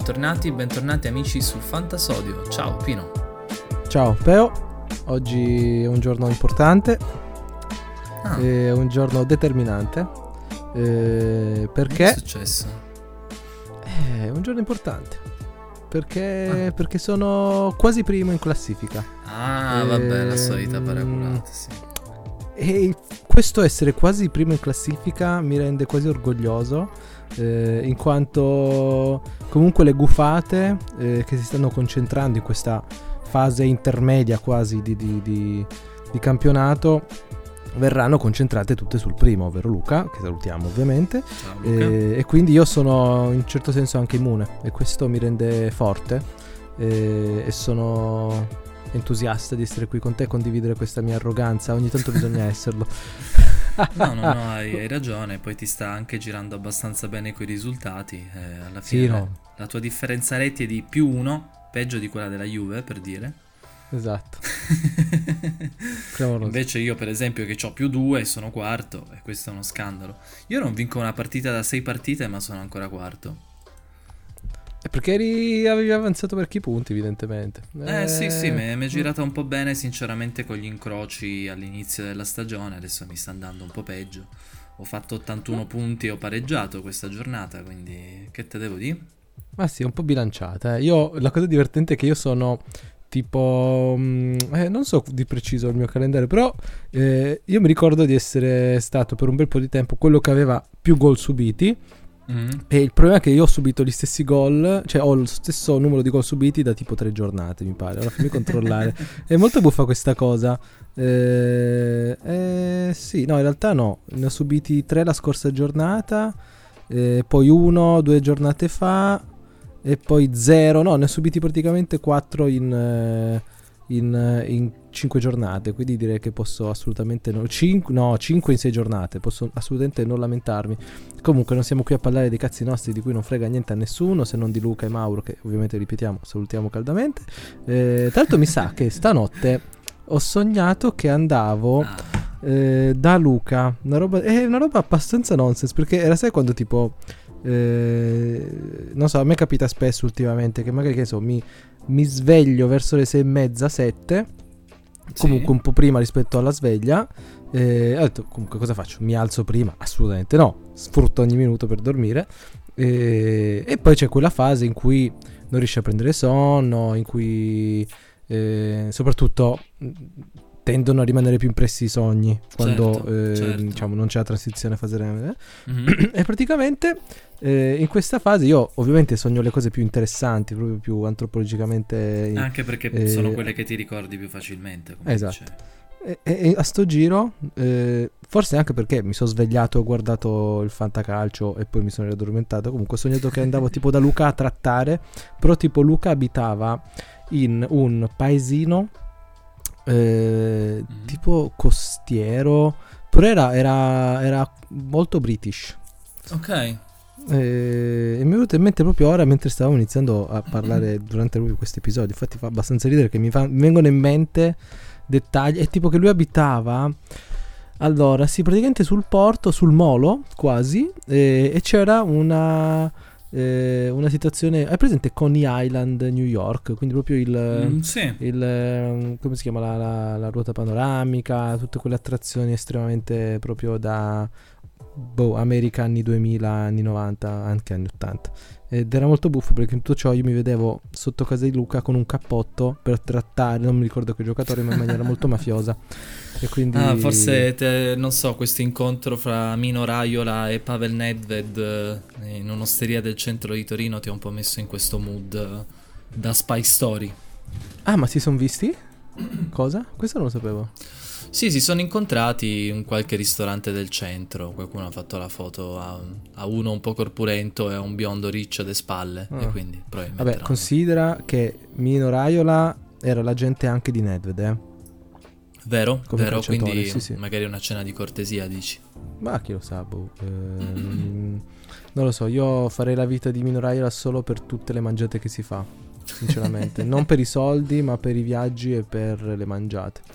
bentornati amici su Fantasodio. Ciao Pino. Ciao Peo, oggi è un giorno importante, è un giorno determinante, perché... Che è successo? È un giorno importante, perché sono quasi primo in classifica. Vabbè, la solita paraculata, sì. E questo essere quasi primo in classifica mi rende quasi orgoglioso, in quanto comunque le gufate che si stanno concentrando in questa fase intermedia quasi di campionato verranno concentrate tutte sul primo, ovvero Luca, che salutiamo ovviamente. Ciao, Luca. E quindi io sono in un certo senso anche immune, e questo mi rende forte, e sono entusiasta di essere qui con te e condividere questa mia arroganza. Ogni tanto bisogna esserlo. No, hai ragione. Poi ti sta anche girando abbastanza bene coi risultati. Alla fine Sì, no. La tua differenza reti è di +1, peggio di quella della Juve, per dire. Esatto. Invece io, per esempio, che ho +2 sono quarto, e questo è uno scandalo. Io non vinco una partita da 6 partite, ma sono ancora quarto. Perché avevi avanzato parecchi punti, evidentemente. Sì, mi è girata un po' bene, sinceramente, con gli incroci all'inizio della stagione. Adesso mi sta andando un po' peggio. Ho fatto 81 punti e ho pareggiato questa giornata, quindi che te devo dire? Ma sì, è un po' bilanciata. La cosa divertente è che io sono tipo... non so di preciso il mio calendario, però io mi ricordo di essere stato per un bel po' di tempo quello che aveva più gol subiti. E il problema è che io ho subito gli stessi gol, cioè ho lo stesso numero di gol subiti da tipo 3 giornate, mi pare. Ora fammi controllare. È molto buffa questa cosa. Sì, no, in realtà no. Ne ho subiti 3 la scorsa giornata, poi 1 2 giornate fa, e poi 0. No, ne ho subiti praticamente 4 in 5 giornate, quindi direi che posso assolutamente 5 in 6 giornate, posso assolutamente non lamentarmi. Comunque non siamo qui a parlare dei cazzi nostri, di cui non frega niente a nessuno, se non di Luca e Mauro, che ovviamente ripetiamo, salutiamo caldamente. Tra l'altro mi sa che stanotte ho sognato che andavo da Luca, una roba abbastanza nonsense, perché era, sai, quando tipo non so, a me capita spesso ultimamente che magari, che so, mi sveglio verso le 6:30, 7, comunque sì, un po' prima rispetto alla sveglia. Ho detto, comunque cosa faccio? Mi alzo prima? Assolutamente no, sfrutto ogni minuto per dormire, e poi c'è quella fase in cui non riesci a prendere sonno, in cui soprattutto tendono a rimanere più impressi i sogni quando certo. diciamo non c'è la transizione a fase REM. E praticamente in questa fase io ovviamente sogno le cose più interessanti, proprio più antropologicamente, anche perché sono quelle che ti ricordi più facilmente, come esatto. dicevi. E a sto giro, forse anche perché mi sono svegliato, ho guardato il fantacalcio e poi mi sono riaddormentato. Comunque ho sognato che andavo tipo da Luca a trattare, però tipo Luca abitava in un paesino tipo costiero, però era molto British. Ok. E mi è venuto in mente proprio ora, mentre stavamo iniziando a parlare durante proprio questo episodio. Infatti fa abbastanza ridere che mi vengono in mente dettagli. È tipo che lui abitava, allora sì, praticamente sul porto, sul molo quasi, e c'era una situazione, hai presente Coney Island, New York, quindi proprio Sì. come si chiama, la ruota panoramica, tutte quelle attrazioni estremamente proprio da America anni 2000, anni 90, anche anni 80. Ed era molto buffo perché in tutto ciò io mi vedevo sotto casa di Luca con un cappotto per trattare, non mi ricordo che giocatore, ma in maniera molto mafiosa. E quindi Forse non so, questo incontro fra Mino Raiola e Pavel Nedved in un'osteria del centro di Torino ti ha un po' messo in questo mood da Spy Story. ma si sono visti? Cosa? Questo non lo sapevo. Sì, si sono incontrati in qualche ristorante del centro. Qualcuno ha fatto la foto a uno un po' corpulento e a un biondo riccio alle spalle. E quindi probabilmente vabbè, considera che Mino Raiola era l'agente anche di Nedved, Vero, come vero, calciatore, quindi sì. magari una cena di cortesia, dici? Ma chi lo sa, non lo so, io farei la vita di Mino Raiola solo per tutte le mangiate che si fa, sinceramente. Non per i soldi, ma per i viaggi e per le mangiate.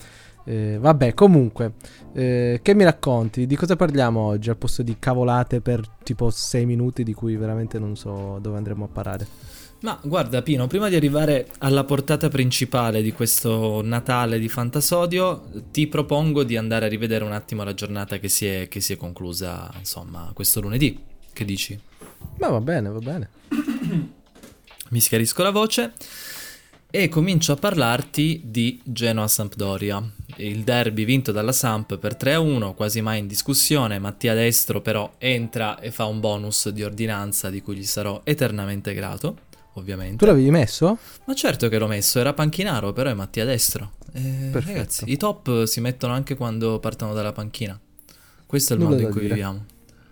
Vabbè, comunque, che mi racconti? Di cosa parliamo oggi al posto di cavolate per tipo 6 minuti di cui veramente non so dove andremo a parare? Ma guarda Pino, prima di arrivare alla portata principale di questo Natale di Fantasodio, ti propongo di andare a rivedere un attimo la giornata che si è conclusa, insomma, questo lunedì. Che dici? Ma va bene, va bene. Mi schiarisco la voce e comincio a parlarti di Genoa-Sampdoria. Il derby vinto dalla Samp per 3-1, quasi mai in discussione. Mattia Destro però entra e fa un bonus di ordinanza di cui gli sarò eternamente grato, ovviamente. Tu l'avevi messo? Ma certo che l'ho messo, era panchinaro, però è Mattia Destro. Perfetto. Ragazzi, i top si mettono anche quando partono dalla panchina. Questo è il Nulla mondo in da cui dire. viviamo.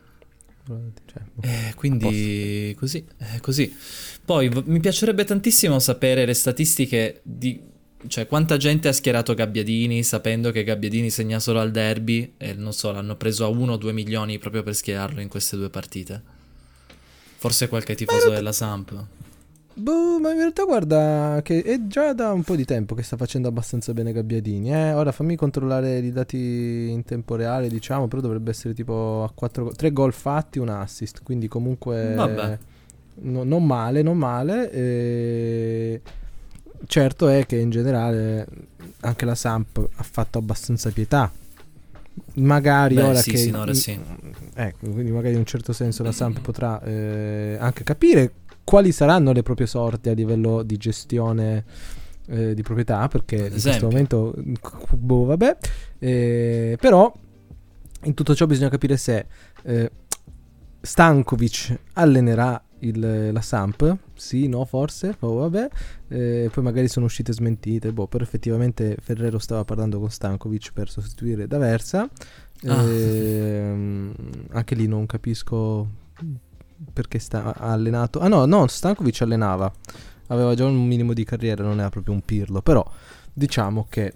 Cioè, Quindi così. Poi mi piacerebbe tantissimo sapere le statistiche di... Cioè, quanta gente ha schierato Gabbiadini sapendo che Gabbiadini segna solo al derby e non so, l'hanno preso a 1 o 2 milioni proprio per schierarlo in queste 2 partite. Forse qualche tifoso della Samp. boh, ma in realtà guarda che è già da un po' di tempo che sta facendo abbastanza bene Gabbiadini. Ora fammi controllare i dati in tempo reale, diciamo, però dovrebbe essere tipo a 3 gol fatti, un assist, quindi comunque Vabbè. non male, non male. Certo è che in generale anche la Samp ha fatto abbastanza pietà. Magari Beh, ora sì, che sinora sì. ecco, quindi magari in un certo senso la Samp potrà anche capire quali saranno le proprie sorti a livello di gestione di proprietà, perché Ad in questo esempio. momento boh, vabbè, però in tutto ciò bisogna capire se Stankovic allenerà la Samp, sì, no, forse, oh, vabbè, poi magari sono uscite smentite, boh, però effettivamente Ferrero stava parlando con Stankovic per sostituire D'Aversa. Anche lì non capisco perché ha allenato. Ah no, Stankovic allenava, aveva già un minimo di carriera, non era proprio un Pirlo, però diciamo che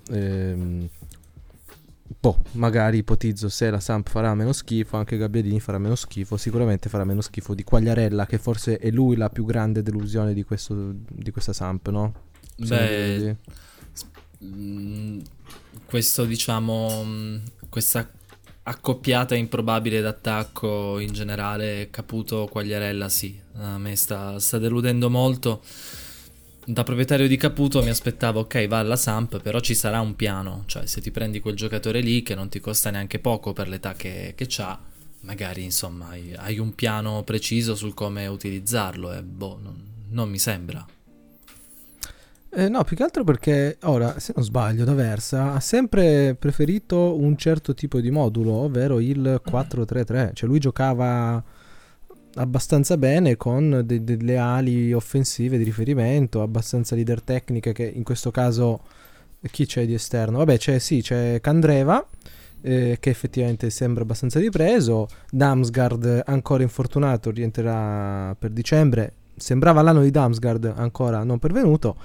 boh, magari ipotizzo se la Samp farà meno schifo, anche Gabbiadini farà meno schifo, sicuramente farà meno schifo di Quagliarella, che forse è lui la più grande delusione di questa Samp, no? Possiamo dire Beh, così. questo diciamo, questa accoppiata improbabile d'attacco in generale, Caputo Quagliarella, sì, a me sta deludendo molto. Da proprietario di Caputo mi aspettavo, ok, va alla Samp, però ci sarà un piano, cioè se ti prendi quel giocatore lì che non ti costa neanche poco per l'età che c'ha, magari insomma hai un piano preciso sul come utilizzarlo e boh, non mi sembra. No, più che altro perché ora, se non sbaglio, D'Aversa ha sempre preferito un certo tipo di modulo, ovvero il 4-3-3. Cioè lui giocava abbastanza bene con delle ali offensive di riferimento, abbastanza leader tecniche, che in questo caso chi c'è di esterno? Vabbè, c'è Candreva, che effettivamente sembra abbastanza ripreso. Damsgaard ancora infortunato, rientrerà per dicembre. Sembrava l'anno di Damsgaard, ancora non pervenuto.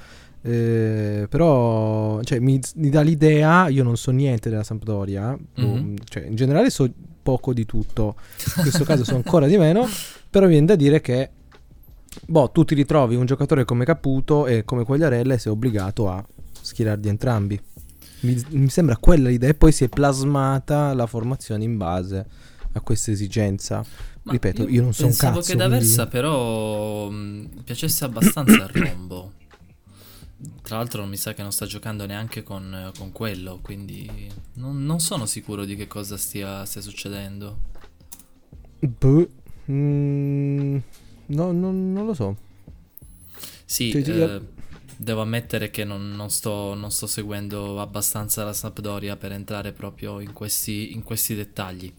Però cioè, mi dà l'idea, io non so niente della Sampdoria, cioè, in generale so poco di tutto, in questo caso so ancora di meno, però viene da dire che boh, tu ti ritrovi un giocatore come Caputo e come Quagliarella e sei obbligato a schierarli entrambi. Mi sembra quella l'idea, e poi si è plasmata la formazione in base a questa esigenza. Ma Ripeto, io non so un pensavo cazzo, che D'Aversa quindi però piacesse abbastanza al rombo. Tra l'altro mi sa che non sta giocando neanche con quello, quindi non sono sicuro di che cosa stia succedendo. boh, non lo so. Sì, Cioè, devo ammettere che non sto seguendo abbastanza la Sampdoria per entrare proprio in questi dettagli.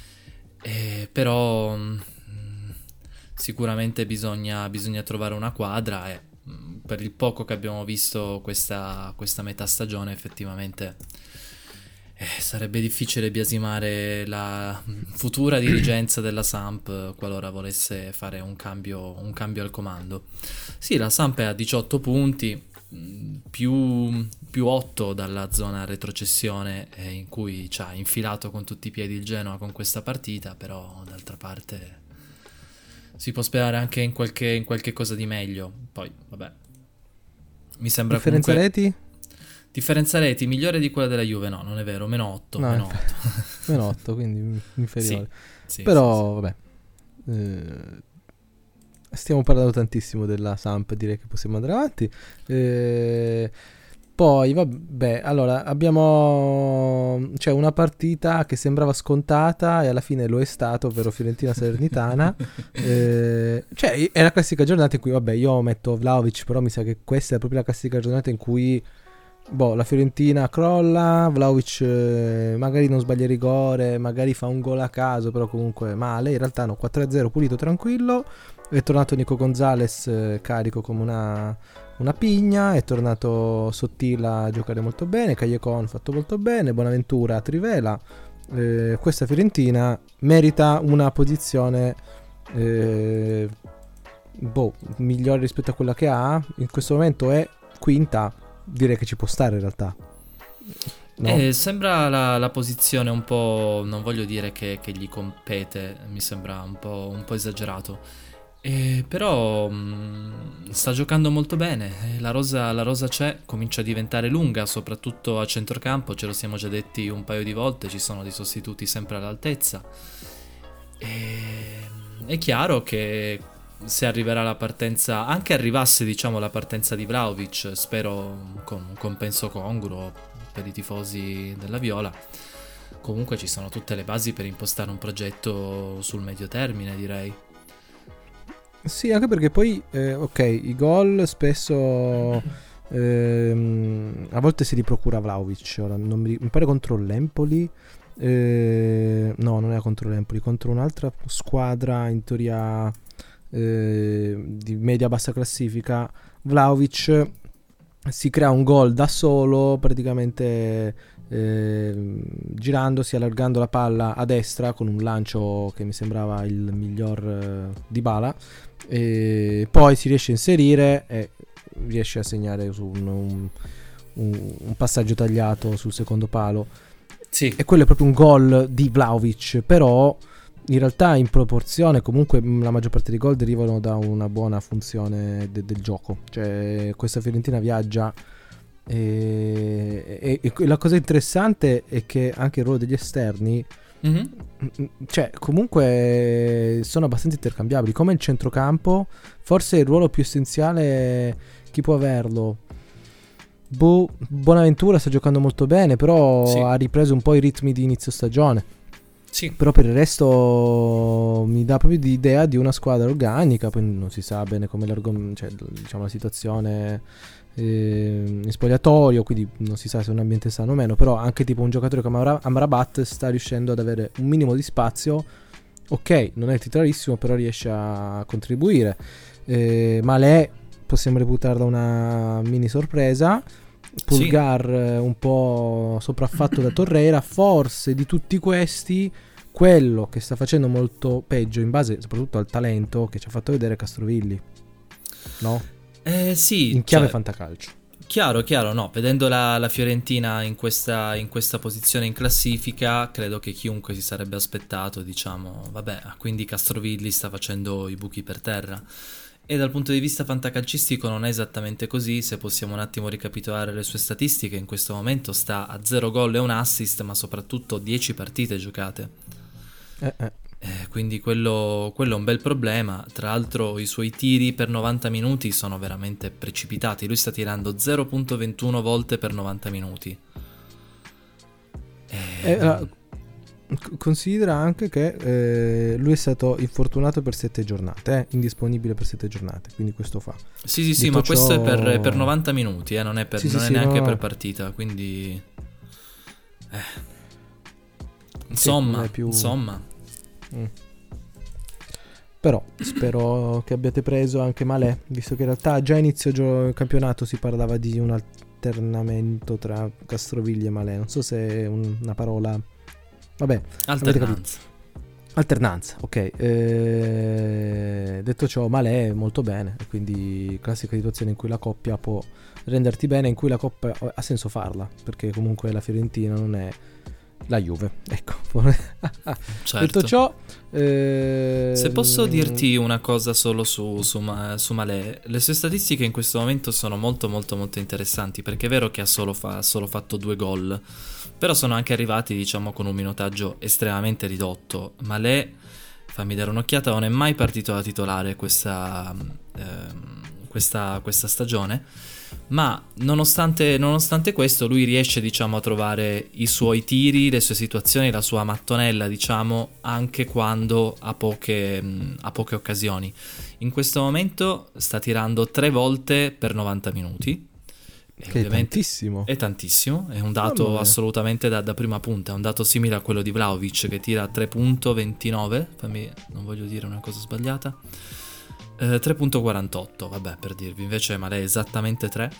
Però sicuramente bisogna trovare una quadra e per il poco che abbiamo visto questa metà stagione effettivamente sarebbe difficile biasimare la futura dirigenza della Samp qualora volesse fare un cambio al comando. Sì, la Samp è a 18 punti, più 8 dalla zona retrocessione in cui ci ha infilato con tutti i piedi il Genoa con questa partita, però d'altra parte si può sperare anche in qualche cosa di meglio. Poi, vabbè, mi sembra differenza comunque reti? Differenza reti migliore di quella della Juve? No, non è vero, meno 8. No, Meno 8. meno 8, quindi inferiore. Sì, Però, vabbè. Stiamo parlando tantissimo della Samp, direi che possiamo andare avanti. Poi, vabbè, allora abbiamo una partita che sembrava scontata e alla fine lo è stato, ovvero Fiorentina-Salernitana. È la classica giornata in cui, vabbè, io metto Vlahovic, però mi sa che questa è proprio la classica giornata in cui la Fiorentina crolla, Vlahovic magari non sbaglia il rigore, magari fa un gol a caso, però comunque male. In realtà no, 4-0 pulito, tranquillo. È tornato Nico Gonzalez carico come una pigna, è tornato Sottila a giocare molto bene, Callecon fatto molto bene, Bonaventura trivela. Questa Fiorentina merita una posizione migliore rispetto a quella che ha. In questo momento è quinta, direi che ci può stare in realtà. No? Sembra la posizione un po', non voglio dire che gli compete, mi sembra un po' esagerato. Però sta giocando molto bene, la rosa c'è, comincia a diventare lunga, soprattutto a centrocampo, ce lo siamo già detti un paio di volte, ci sono dei sostituti sempre all'altezza. È chiaro che se arriverà la partenza, anche arrivasse diciamo la partenza di Vlahovic, spero con un compenso congruo per i tifosi della Viola, comunque ci sono tutte le basi per impostare un progetto sul medio termine, direi. Sì, anche perché poi, i gol spesso a volte si riprocura Vlahovic. Ora, mi pare contro l'Empoli. No, non era contro l'Empoli, contro un'altra squadra in teoria di media-bassa classifica. Vlahovic si crea un gol da solo, praticamente girandosi, allargando la palla a destra con un lancio che mi sembrava il miglior Dybala, e poi si riesce a inserire e riesce a segnare su un passaggio tagliato sul secondo palo. Sì. E quello è proprio un gol di Vlahovic, però in realtà in proporzione comunque la maggior parte dei gol derivano da una buona funzione del gioco. Cioè questa Fiorentina viaggia e la cosa interessante è che anche il ruolo degli esterni, cioè comunque sono abbastanza intercambiabili, come il centrocampo. Forse il ruolo più essenziale chi può averlo? Bonaventura sta giocando molto bene, però sì, ha ripreso un po' i ritmi di inizio stagione. Sì. Però per il resto mi dà proprio l'idea di una squadra organica. Poi non si sa bene come diciamo la situazione in spogliatoio, quindi non si sa se è un ambiente sano o meno. Però anche tipo un giocatore come Amrabat sta riuscendo ad avere un minimo di spazio. Ok, non è titolarissimo, però riesce a contribuire. Malé possiamo reputarla una mini sorpresa. Pulgar un po' sopraffatto da Torreira. Forse di tutti questi quello che sta facendo molto peggio, in base soprattutto al talento che ci ha fatto vedere, Castrovilli, no? Sì, in chiave fantacalcio. Chiaro, no, vedendo la Fiorentina in questa posizione in classifica, credo che chiunque si sarebbe aspettato, diciamo, vabbè, quindi Castrovilli sta facendo i buchi per terra. E dal punto di vista fantacalcistico non è esattamente così. Se possiamo un attimo ricapitolare le sue statistiche, in questo momento sta a 0 gol e un assist, ma soprattutto 10 partite giocate. Quindi quello è un bel problema. Tra l'altro i suoi tiri per 90 minuti sono veramente precipitati. Lui sta tirando 0.21 volte per 90 minuti. Considera anche che lui è stato infortunato per 7 giornate, indisponibile per 7 giornate, quindi questo fa. Sì, ma questo è per 90 minuti, non è neanche per partita, quindi insomma. Però spero che abbiate preso anche Malé, visto che in realtà già a inizio campionato si parlava di un alternamento tra Castrovilli e Malé. Non so se è una parola. Vabbè, alternanza, ok. Detto ciò, Malé è molto bene, quindi classica situazione in cui la coppia può renderti bene, in cui la coppia ha senso farla, perché comunque la Fiorentina non è la Juve. Ecco. Certo. Detto ciò, se posso dirti una cosa solo su Malé, le sue statistiche in questo momento sono molto molto molto interessanti, perché è vero che ha solo fatto 2 gol, però sono anche arrivati, diciamo, con un minutaggio estremamente ridotto. Malé, fammi dare un'occhiata, non è mai partito da titolare questa stagione, ma nonostante questo lui riesce, diciamo, a trovare i suoi tiri, le sue situazioni, la sua mattonella, diciamo, anche quando ha poche occasioni. In questo momento sta tirando 3 volte per 90 minuti. Che è tantissimo. È tantissimo, è un dato assolutamente da prima punta, è un dato simile a quello di Vlahovic, che tira 3.29, non voglio dire una cosa sbagliata, 3.48, vabbè, per dirvi, invece Malé è esattamente 3.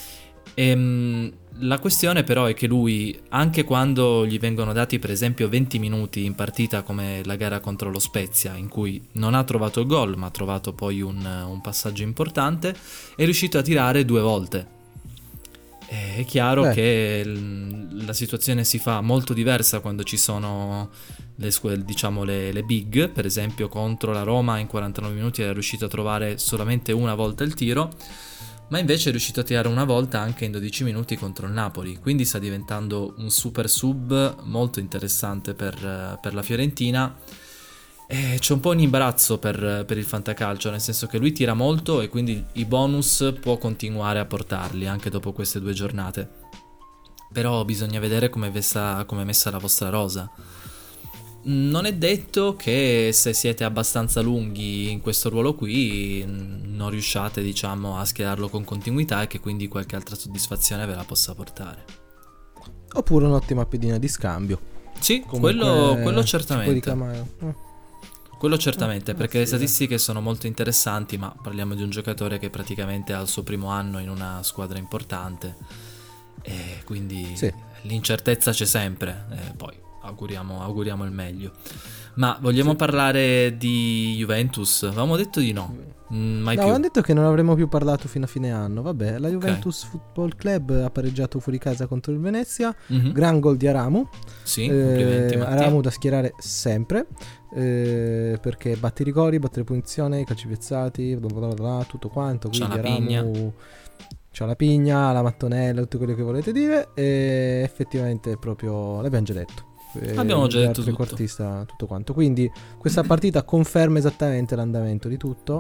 La questione però è che lui, anche quando gli vengono dati per esempio 20 minuti in partita come la gara contro lo Spezia, in cui non ha trovato il gol ma ha trovato poi un passaggio importante, è riuscito a tirare 2 volte. È chiaro che la situazione si fa molto diversa quando ci sono le big. Per esempio contro la Roma in 49 minuti era riuscito a trovare solamente una volta il tiro, ma invece è riuscito a tirare una volta anche in 12 minuti contro il Napoli, quindi sta diventando un super sub molto interessante per la Fiorentina. C'è un po' un imbarazzo per il fantacalcio, nel senso che lui tira molto e quindi i bonus può continuare a portarli anche dopo queste 2 giornate, però bisogna vedere come è messa la vostra rosa. Non è detto che se siete abbastanza lunghi in questo ruolo qui non riusciate, diciamo, a schierarlo con continuità e che quindi qualche altra soddisfazione ve la possa portare. Oppure un'ottima pedina di scambio. Sì, comunque, quello certamente. Quello certamente, perché le sì, statistiche sono molto interessanti, ma parliamo di un giocatore che praticamente ha il suo primo anno in una squadra importante e quindi l'incertezza c'è sempre, poi auguriamo il meglio. Ma vogliamo parlare di Juventus? Avevamo detto di no, mai più. Avevamo detto che non avremmo più parlato fino a fine anno. Vabbè, la Juventus Football Club ha pareggiato fuori casa contro il Venezia. Gran gol di Aramu. Sì, complimenti Mattia. Aramu da schierare sempre, perché batte i rigori, batte le punizioni, i calci piazzati, tutto quanto. C'ha quindi la pigna. C'ha la pigna, la mattonella, tutto quello che volete dire. E effettivamente proprio l'abbiamo già detto. Abbiamo già detto tutto quanto. Quindi questa partita conferma esattamente l'andamento di tutto,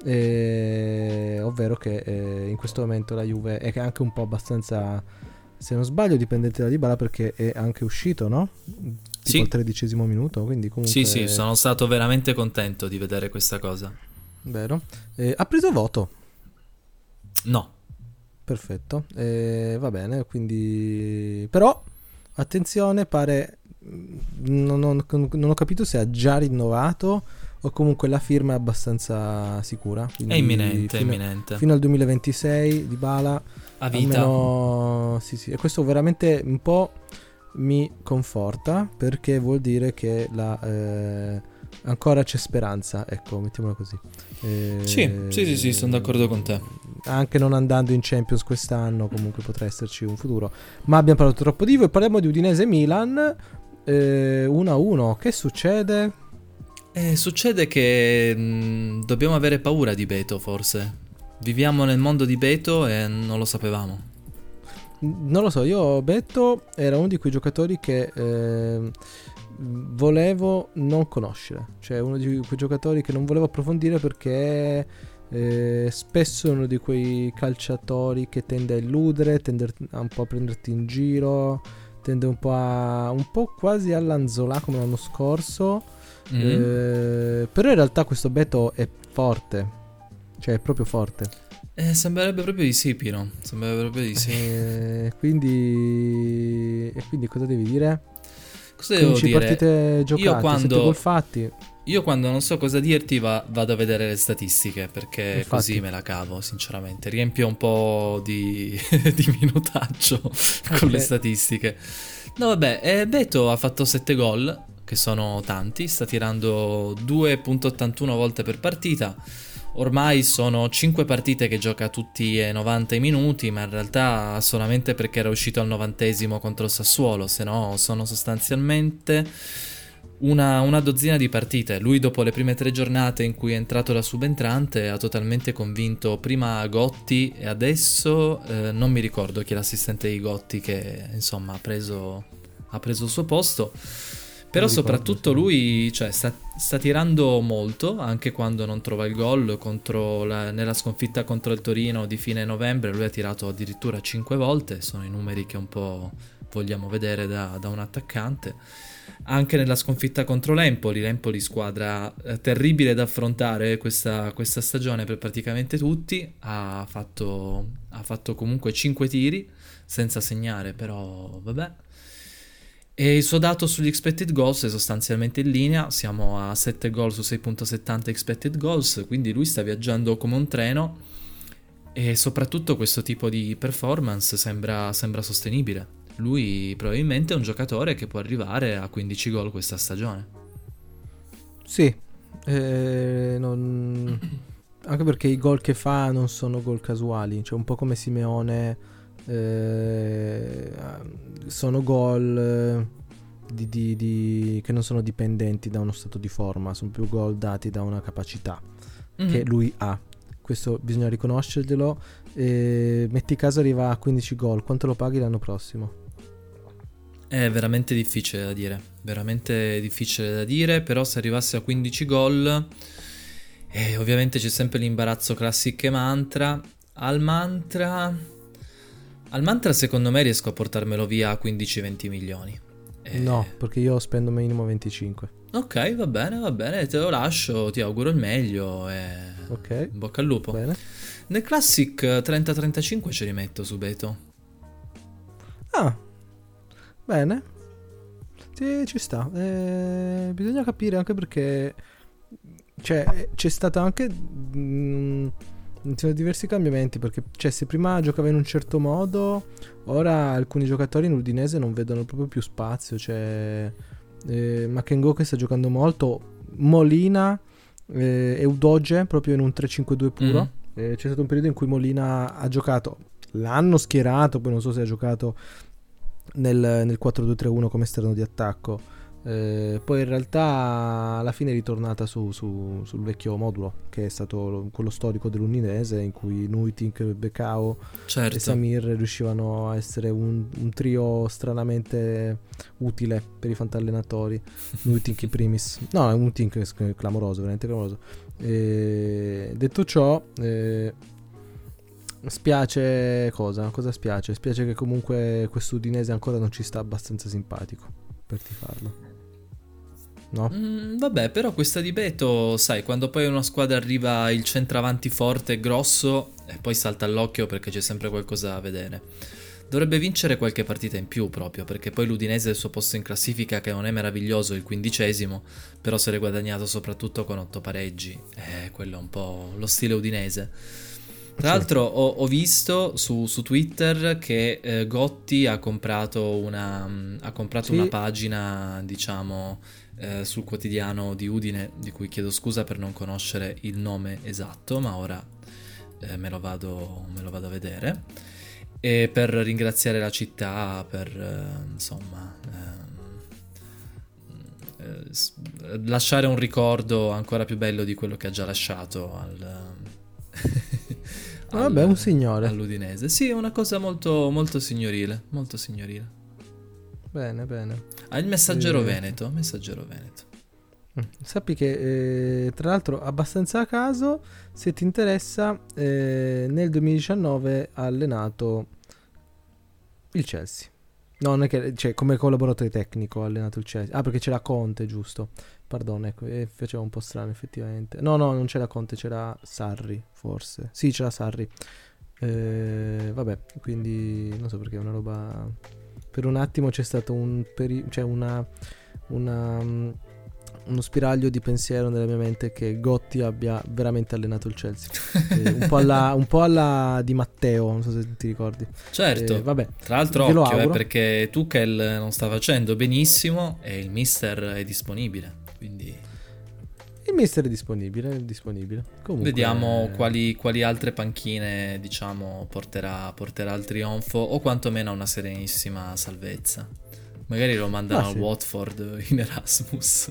ovvero che in questo momento la Juve è anche un po' abbastanza, se non sbaglio, dipendente da Dybala, perché è anche uscito, no? Tipo al 13° minuto, quindi comunque sì, sono stato veramente contento di vedere questa cosa. Vero? Ha preso voto? No. Perfetto, va bene, quindi però attenzione, pare non ho capito se ha già rinnovato o comunque la firma è abbastanza sicura. È imminente. Fino al 2026 Dybala a vita. Almeno, sì, e questo veramente un po' mi conforta, perché vuol dire che ancora c'è speranza, ecco, mettiamola così. Sì, sono d'accordo con te. Anche non andando in Champions quest'anno, comunque potrà esserci un futuro. Ma abbiamo parlato troppo di voi, parliamo di Udinese Milan 1-1. Che succede? Succede che dobbiamo avere paura di Beto, forse. Viviamo nel mondo di Beto e non lo sapevamo. Non lo so, io Beto era uno di quei giocatori che volevo non conoscere, cioè uno di quei giocatori che non volevo approfondire, perché spesso è uno di quei calciatori che tende a illudere, tende un po' a prenderti in giro, tende un po' quasi all'Anzola come l'anno scorso. Però in realtà questo Beto è forte, cioè è proprio forte. Sembrerebbe proprio di sì, Pino. Sembrerebbe proprio di sì. Quindi cosa devi dire? Cosa devo 15 dire? Partite giocate, 7 gol fatti. Io quando non so cosa dirti vado a vedere le statistiche, perché infatti così me la cavo, sinceramente. Riempio un po' di minutaggio con le statistiche. No, vabbè, Beto ha fatto 7 gol, che sono tanti. Sta tirando 2.81 volte per partita. ormai sono 5 partite che gioca tutti e 90 minuti, ma in realtà solamente perché era uscito al 90° contro il Sassuolo, se no sono sostanzialmente una dozzina di partite. Lui dopo le prime 3 giornate in cui è entrato da subentrante ha totalmente convinto prima Gotti e adesso non mi ricordo chi è l'assistente di Gotti che insomma ha preso il suo posto. Però Mi ricordo, soprattutto sì. lui, cioè, sta tirando molto, anche quando non trova il gol. Nella sconfitta contro il Torino di fine novembre lui ha tirato addirittura 5 volte, sono i numeri che un po' vogliamo vedere da un attaccante. Anche nella sconfitta contro l'Empoli squadra terribile da affrontare questa stagione per praticamente tutti, ha fatto comunque 5 tiri senza segnare, però vabbè. E il suo dato sugli expected goals è sostanzialmente in linea, siamo a 7 gol su 6.70 expected goals, quindi lui sta viaggiando come un treno e soprattutto questo tipo di performance sembra sostenibile. Lui probabilmente è un giocatore che può arrivare a 15 gol questa stagione. Sì, anche perché i gol che fa non sono gol casuali, cioè un po' come Simeone, sono gol che non sono dipendenti da uno stato di forma, sono più gol dati da una capacità che lui ha. Questo bisogna riconoscerglielo. Metti caso arriva a 15 gol, quanto lo paghi l'anno prossimo? È veramente difficile da dire, però se arrivasse a 15 gol, ovviamente c'è sempre l'imbarazzo classic e mantra. Al mantra secondo me riesco a portarmelo via a 15-20 milioni. No, perché io spendo minimo 25. Ok, va bene, te lo lascio, ti auguro il meglio e Ok, in bocca al lupo. bene. Nel classic 30-35 ce li metto su Beto. Ah, bene. Sì, ci sta. Bisogna capire anche perché c'è stato anche ci sono diversi cambiamenti perché se prima giocava in un certo modo, ora alcuni giocatori in Udinese non vedono proprio più spazio. Makengo che sta giocando molto, Molina e Udoge proprio in un 3-5-2 puro. C'è stato un periodo in cui Molina ha giocato, l'hanno schierato, poi non so se ha giocato nel 4-2-3-1 come esterno di attacco. Poi in realtà alla fine è ritornata sul vecchio modulo che è stato quello storico dell'Udinese, in cui Nuitink, Becao e Samir riuscivano a essere un trio stranamente utile per i fantallenatori. Nuitink in primis, no, è un Tink clamoroso, veramente clamoroso. Detto ciò, spiace cosa spiace? Spiace che comunque questo Udinese ancora non ci sta abbastanza simpatico per tifarlo. No? Vabbè, però questa di Beto, sai, quando poi una squadra arriva il centravanti forte e grosso e poi salta all'occhio perché c'è sempre qualcosa da vedere. Dovrebbe vincere qualche partita in più proprio, perché poi l'Udinese è il suo posto in classifica che non è meraviglioso, il 15°, però se l'è guadagnato soprattutto con 8 pareggi. Quello è un po' lo stile udinese. Tra l'altro ho visto su Twitter che Gotti ha comprato una pagina, diciamo, sul quotidiano di Udine, di cui chiedo scusa per non conoscere il nome esatto, ma ora me lo vado a vedere, e per ringraziare la città per insomma lasciare un ricordo ancora più bello di quello che ha già lasciato Vabbè, un signore. all'Udinese. Sì, è una cosa molto, molto signorile, molto signorile. Bene. Il Messaggero Veneto. Sappi che tra l'altro abbastanza a caso, se ti interessa, nel 2019 ha allenato il Chelsea. No, non è che come collaboratore tecnico ha allenato il Chelsea. Ah, perché c'era Conte, giusto. Pardon, ecco, faceva un po' strano effettivamente. No, non c'era Conte, c'era Sarri, forse. Sì, c'era Sarri. Vabbè, quindi non so perché è una roba. Per un attimo c'è stato uno spiraglio di pensiero nella mia mente che Gotti abbia veramente allenato il Chelsea. Un po' alla Di Matteo, non so se ti ricordi. Certo, vabbè, tra l'altro occhio, perché Tuchel non sta facendo benissimo e il mister è disponibile, quindi Il mister è disponibile. Comunque, Vediamo quali altre panchine, diciamo, porterà al trionfo o quantomeno a una serenissima salvezza. Magari lo mandano al Watford in Erasmus.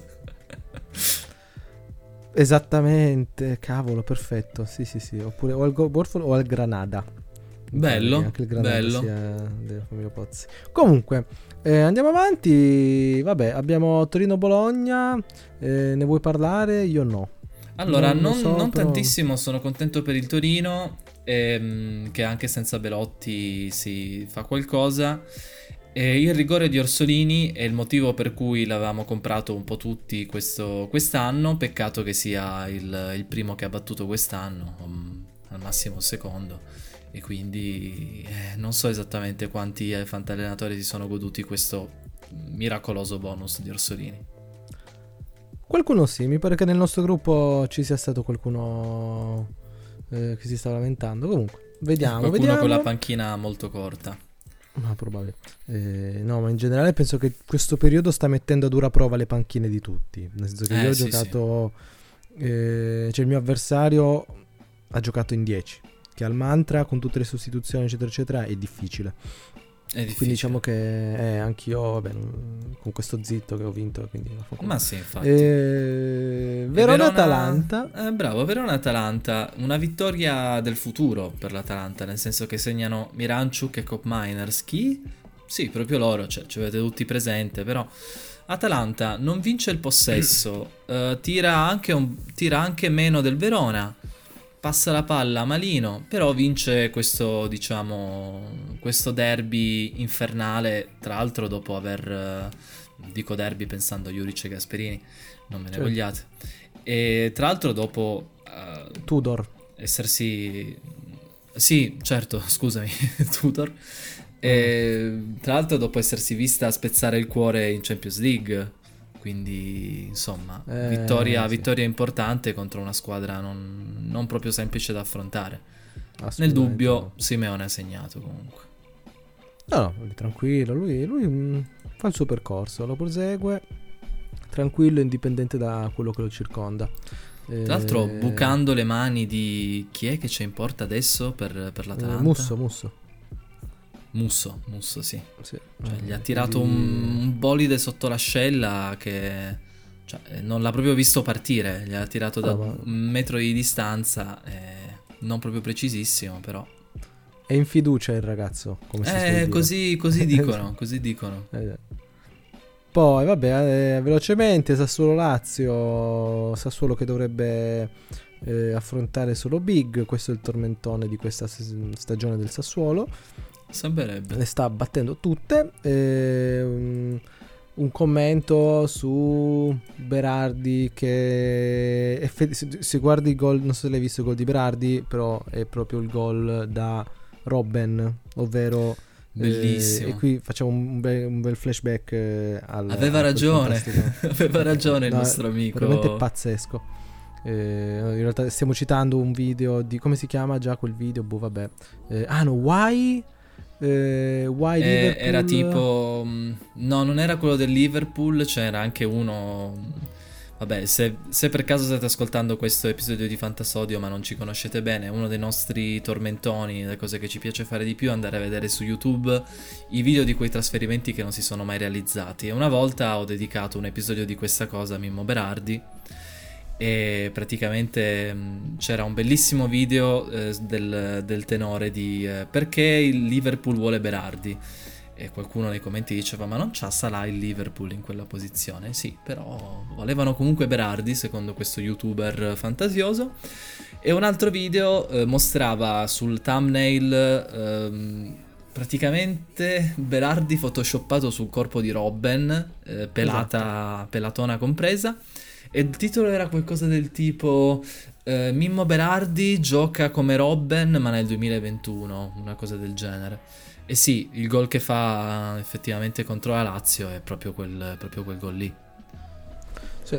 Esattamente, cavolo, perfetto. Sì. Oppure o al Watford o al Granada. Bello, anche il Granada bello. sia della famiglia Pozzi. Comunque, andiamo avanti. Vabbè, abbiamo Torino-Bologna. Ne vuoi parlare? Io no. Allora, Non lo so, non però... tantissimo, sono contento per il Torino, che anche senza Belotti si fa qualcosa. Il rigore di Orsolini è il motivo per cui l'avevamo comprato un po' tutti quest'anno. Peccato che sia il primo che ha battuto quest'anno, al massimo il secondo. E quindi non so esattamente quanti fantallenatori si sono goduti questo miracoloso bonus di Orsolini. Qualcuno sì, mi pare che nel nostro gruppo ci sia stato qualcuno che si stava lamentando. Comunque, vediamo. Con la panchina molto corta. Ma probabile. No, ma in generale penso che questo periodo sta mettendo a dura prova le panchine di tutti. Nel senso che io ho giocato... cioè il mio avversario ha giocato in 10. Che al mantra, con tutte le sostituzioni, eccetera, eccetera, è difficile. Quindi diciamo che anch'io, vabbè, con questo zitto che ho vinto, quindi ma sì, infatti. Verona-Atalanta. Bravo, Verona-Atalanta, una vittoria del futuro per l'Atalanta, nel senso che segnano Miranchuk e Koopmeiners. Chi? Sì, proprio loro, cioè ci avete tutti presente, però Atalanta non vince il possesso, tira anche meno del Verona. Passa la palla malino, però vince questo, diciamo, questo derby infernale, tra l'altro dopo aver, dico derby pensando a Juric e Gasperini, non me ne vogliate, e tra l'altro dopo Tudor essersi, sì certo, scusami, Tudor, e tra l'altro dopo essersi vista spezzare il cuore in Champions League. Quindi insomma, vittoria importante contro una squadra non proprio semplice da affrontare. Nel dubbio Simeone ha segnato comunque. No, tranquillo, lui fa il suo percorso, lo prosegue tranquillo, indipendente da quello che lo circonda. Tra l'altro bucando le mani di chi è che c'è in porta adesso per l'Atalanta? Musso, sì. Cioè, gli ha tirato un bolide sotto l'ascella che non l'ha proprio visto partire. Gli ha tirato da un metro di distanza, non proprio precisissimo, però. È in fiducia il ragazzo, come si suol dire. Così dicono. Poi, vabbè, velocemente, Sassuolo-Lazio. Sassuolo che dovrebbe affrontare solo Big. Questo è il tormentone di questa stagione del Sassuolo. Sembrerebbe. Le sta battendo tutte. Un commento su Berardi che se guardi il gol, non so se l'hai visto il gol di Berardi, però è proprio il gol da Robben, ovvero bellissimo. E qui facciamo un bel flashback aveva ragione il nostro amico, veramente pazzesco. In realtà stiamo citando un video di, come si chiama già quel video? Vabbè. Why Liverpool? Era tipo no, non era quello del Liverpool, c'era anche uno. Vabbè, se per caso state ascoltando questo episodio di Fantasodio ma non ci conoscete bene, uno dei nostri tormentoni, le cose che ci piace fare di più è andare a vedere su YouTube i video di quei trasferimenti che non si sono mai realizzati. E una volta ho dedicato un episodio di questa cosa a Mimmo Berardi, e praticamente c'era un bellissimo video del tenore di perché il Liverpool vuole Berardi, e qualcuno nei commenti diceva ma non c'ha Salah il Liverpool in quella posizione? Sì, però volevano comunque Berardi secondo questo youtuber fantasioso. E un altro video mostrava sul thumbnail praticamente Berardi photoshoppato sul corpo di Robben, pelatona compresa. E il titolo era qualcosa del tipo Mimmo Berardi gioca come Robben ma nel 2021, una cosa del genere. E sì, il gol che fa effettivamente contro la Lazio è proprio quel gol lì. Sì.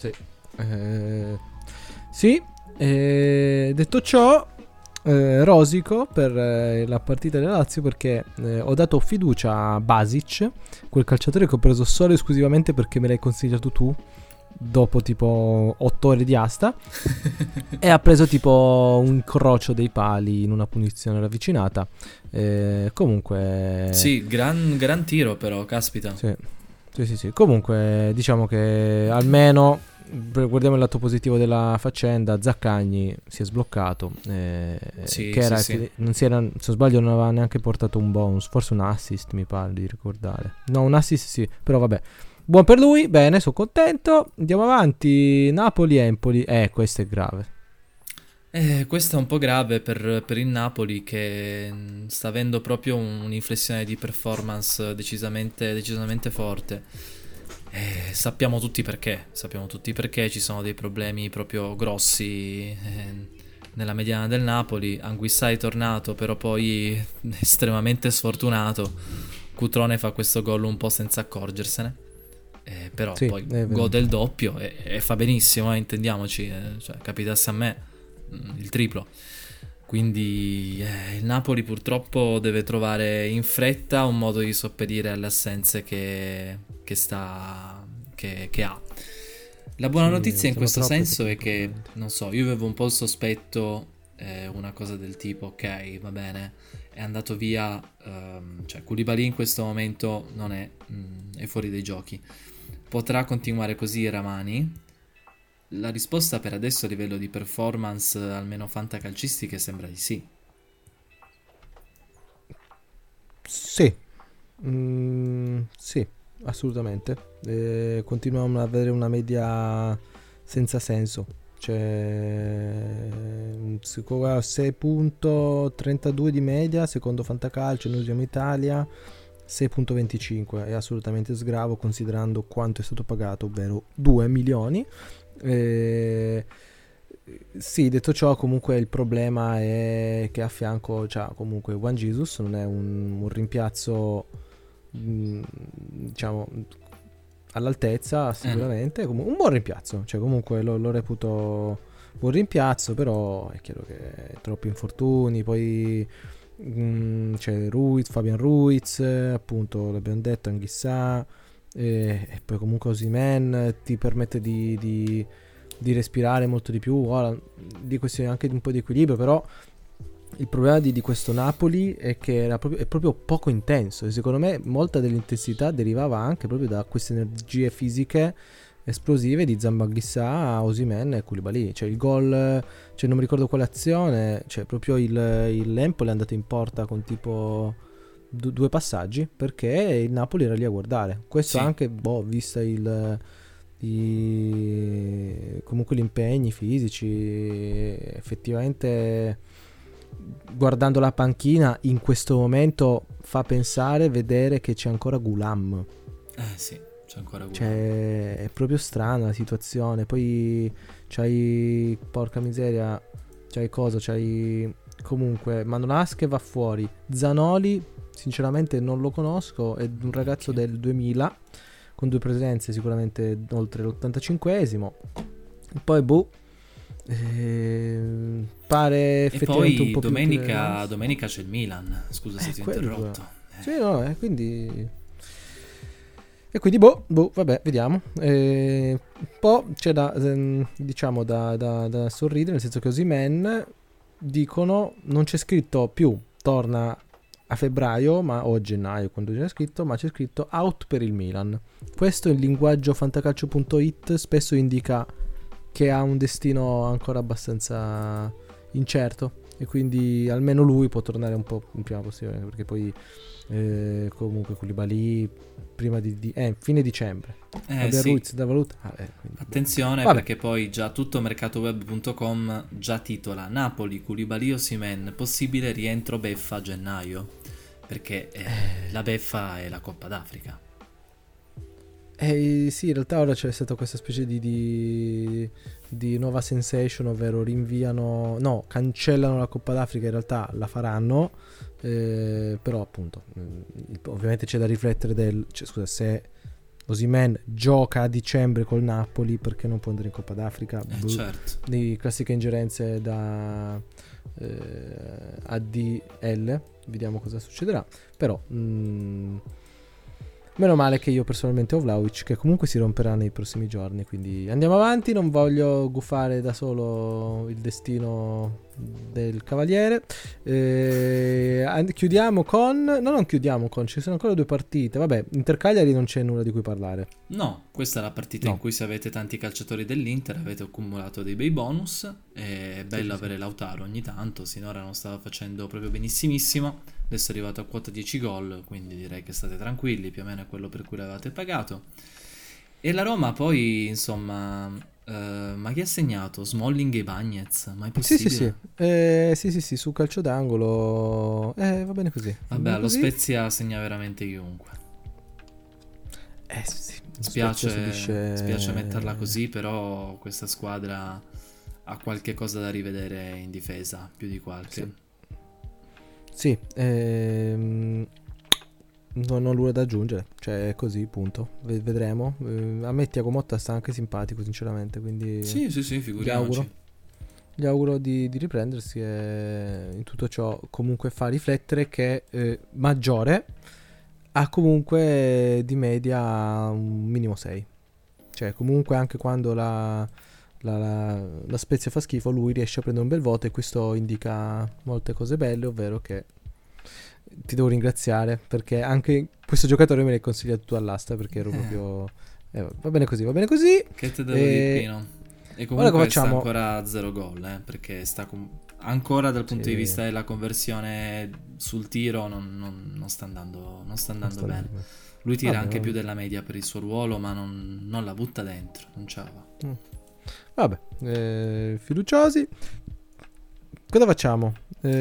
Detto ciò, rosico per la partita della Lazio, perché ho dato fiducia a Basic, quel calciatore che ho preso solo e esclusivamente perché me l'hai consigliato tu. dopo tipo 8 ore di asta e ha preso tipo un incrocio dei pali in una punizione ravvicinata. Comunque Sì, gran tiro però, caspita. sì. Sì. Comunque diciamo che almeno guardiamo il lato positivo della faccenda. Zaccagni si è sbloccato, Sì, che sì, era sì. non si era, se non sbaglio non aveva neanche portato un bonus, forse un assist mi pare di ricordare. No, un assist sì, però vabbè. Buon per lui, bene, sono contento. Andiamo avanti. Napoli-Empoli. Questo è grave. Questo è un po' grave per il Napoli che sta avendo proprio un'inflessione di performance decisamente forte. Sappiamo tutti perché, ci sono dei problemi proprio grossi nella mediana del Napoli. Anguissa è tornato, però poi estremamente sfortunato. Cutrone fa questo gol un po' senza accorgersene. Però Sì, poi è vero. gode il doppio e fa benissimo, intendiamoci. Cioè, capitasse a me il triplo. Quindi il Napoli purtroppo deve trovare in fretta un modo di sopperire alle assenze che ha. La buona Sì, notizia in sono questo troppe senso è soprattutto che, ultimamente. non so, io avevo un po' il sospetto, una cosa del tipo, ok, va bene, è andato via, cioè Koulibaly in questo momento non è fuori dai giochi. Potrà continuare così Ramani? La risposta per adesso a livello di performance, almeno fantacalcistiche, sembra di sì. Sì. Sì, assolutamente. Continuiamo ad avere una media senza senso. Cioè, 6.32 di media, secondo Fantacalcio, noi usiamo Italia, 6.25. È assolutamente sgravo considerando quanto è stato pagato, ovvero 2 milioni. Eh, sì, detto ciò, comunque il problema è che a fianco c'ha comunque Juan Jesus, non è un rimpiazzo diciamo all'altezza No. sicuramente, un buon rimpiazzo, cioè comunque lo reputo buon rimpiazzo, però è chiaro che troppi infortuni, poi c'è Ruiz, Fabian Ruiz, appunto l'abbiamo detto, Anghissà, e poi comunque Osimhen ti permette di respirare molto di più, ora di questione anche di un po' di equilibrio, però il problema di questo Napoli è che è proprio poco intenso e secondo me molta dell'intensità derivava anche proprio da queste energie fisiche esplosive di Zambaghissà, Osimhen e Koulibaly. Cioè il gol, cioè non mi ricordo quale azione, cioè proprio l'Empoli è andato in porta con tipo due passaggi perché il Napoli era lì a guardare. Questo Sì, anche, vista comunque gli impegni fisici, effettivamente guardando la panchina in questo momento fa pensare vedere che c'è ancora Gulam. sì, c'è ancora Gulam. Cioè è proprio strana la situazione. Poi c'hai, porca miseria, c'hai cosa, c'hai comunque Manolas che va fuori, Zanoli sinceramente non lo conosco, è un ragazzo Neanche. del 2000 con due presenze sicuramente oltre l'85esimo. Poi pare E effettivamente un poi po' più utile domenica, Rice. domenica c'è il Milan. Scusa se ti ho Quello è il problema. interrotto. Sì, no, quindi. E quindi, vabbè, vediamo. Un po' c'è da, diciamo, da sorridere, nel senso che Osimhen, dicono, non c'è scritto più, torna a febbraio, o a gennaio, quando c'è scritto, ma c'è scritto out per il Milan. Questo in linguaggio fantacalcio.it spesso indica che ha un destino ancora abbastanza incerto e quindi almeno lui può tornare un po' il prima possibile perché poi comunque Koulibaly prima fine dicembre Fabian Sì, Ruiz da valutare quindi, attenzione vabbè. perché poi già tutto mercatoweb.com già titola Napoli, Koulibaly, Osimhen, possibile rientro beffa a gennaio. Perché la beffa è la Coppa d'Africa. Sì, in realtà ora c'è stata questa specie di nuova sensation, ovvero rinviano, no, cancellano la Coppa d'Africa, in realtà la faranno, però appunto, ovviamente c'è da riflettere scusa, se Osimhen gioca a dicembre col Napoli, perché non può andare in Coppa d'Africa? Certo. Di classiche ingerenze da ADL, vediamo cosa succederà, però Meno male che io personalmente ho Vlahovic, che comunque si romperà nei prossimi giorni, quindi andiamo avanti, non voglio gufare da solo il destino del Cavaliere. Chiudiamo con... No, non chiudiamo con... Ci sono ancora 2 partite. Vabbè, Inter-Cagliari non c'è nulla di cui parlare. No, questa è la partita in cui se avete tanti calciatori dell'Inter avete accumulato dei bei bonus. È bello avere Lautaro ogni tanto, sinora non stava facendo proprio benissimissimo. Adesso è arrivato a quota 10 gol, quindi direi che state tranquilli, più o meno è quello per cui l'avevate pagato. E la Roma poi, insomma, ma chi ha segnato? Smalling e Bagnez? Ma è possibile? Sì, su calcio d'angolo. Va bene così. Vabbè, lo Spezia segna veramente chiunque. Sì. Spiace metterla così, però questa squadra ha qualche cosa da rivedere in difesa, più di qualche. Sì, non ho nulla da aggiungere, cioè è così, punto. Vedremo. A me Thiago Motta sta anche simpatico, sinceramente, quindi sì, figuriamoci. Gli auguro di riprendersi e in tutto ciò comunque fa riflettere che Maggiore ha comunque di media un minimo 6. Cioè comunque anche quando la Spezia fa schifo, lui riesce a prendere un bel voto, e questo indica molte cose belle, ovvero che ti devo ringraziare perché anche questo giocatore me l'hai consigliato tu all'asta, perché ero proprio va bene così. Che te devo dire, Pino? E comunque sta ancora a 0 gol, perché sta ancora dal punto di vista della conversione sul tiro non sta andando bene. Lui tira anche più della media per il suo ruolo, ma non la butta dentro, non ce la va. Vabbè, fiduciosi. Cosa facciamo?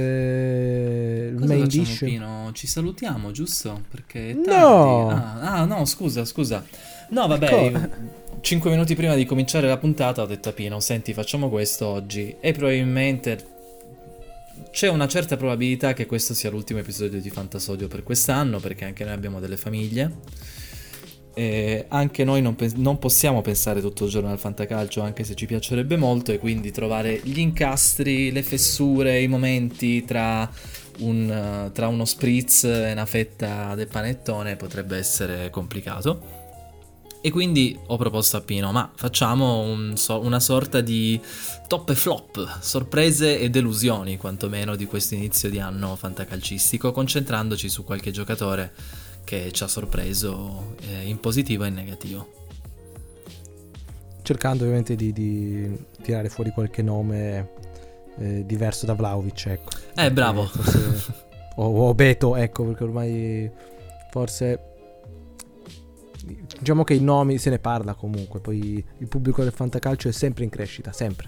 Main dish? Pino? Ci salutiamo, giusto? Perché è no! tardi. No, scusa. No, vabbè, 5 minuti prima di cominciare la puntata ho detto a Pino: senti, facciamo questo oggi, e probabilmente c'è una certa probabilità che questo sia l'ultimo episodio di Fantasodio per quest'anno, perché anche noi abbiamo delle famiglie. E anche noi non possiamo pensare tutto il giorno al fantacalcio, anche se ci piacerebbe molto, e quindi trovare gli incastri, le fessure, i momenti tra uno spritz e una fetta del panettone potrebbe essere complicato. E quindi ho proposto a Pino: ma facciamo una sorta di top e flop, sorprese e delusioni quantomeno di questo inizio di anno fantacalcistico, concentrandoci su qualche giocatore che ci ha sorpreso in positivo e in negativo, cercando ovviamente di tirare fuori qualche nome diverso da Vlahovic, ecco. Bravo. Forse, o Beto, ecco, perché ormai forse diciamo che i nomi se ne parla comunque, poi il pubblico del fantacalcio è sempre in crescita, sempre.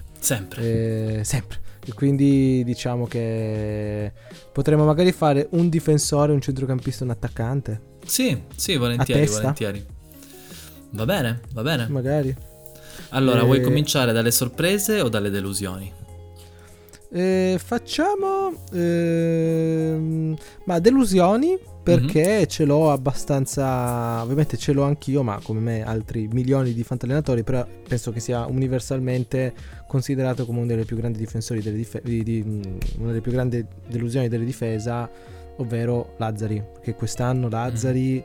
E quindi diciamo che potremmo magari fare un difensore, un centrocampista e un attaccante. Sì, volentieri. Va bene. Magari. Allora, vuoi cominciare dalle sorprese o dalle delusioni? Facciamo ma delusioni, perché ce l'ho abbastanza, ovviamente ce l'ho anch'io, ma come me altri milioni di fantallenatori, però penso che sia universalmente considerato come uno dei più grandi difensori una delle più grandi delusioni delle difesa, ovvero Lazzari, perché quest'anno Lazzari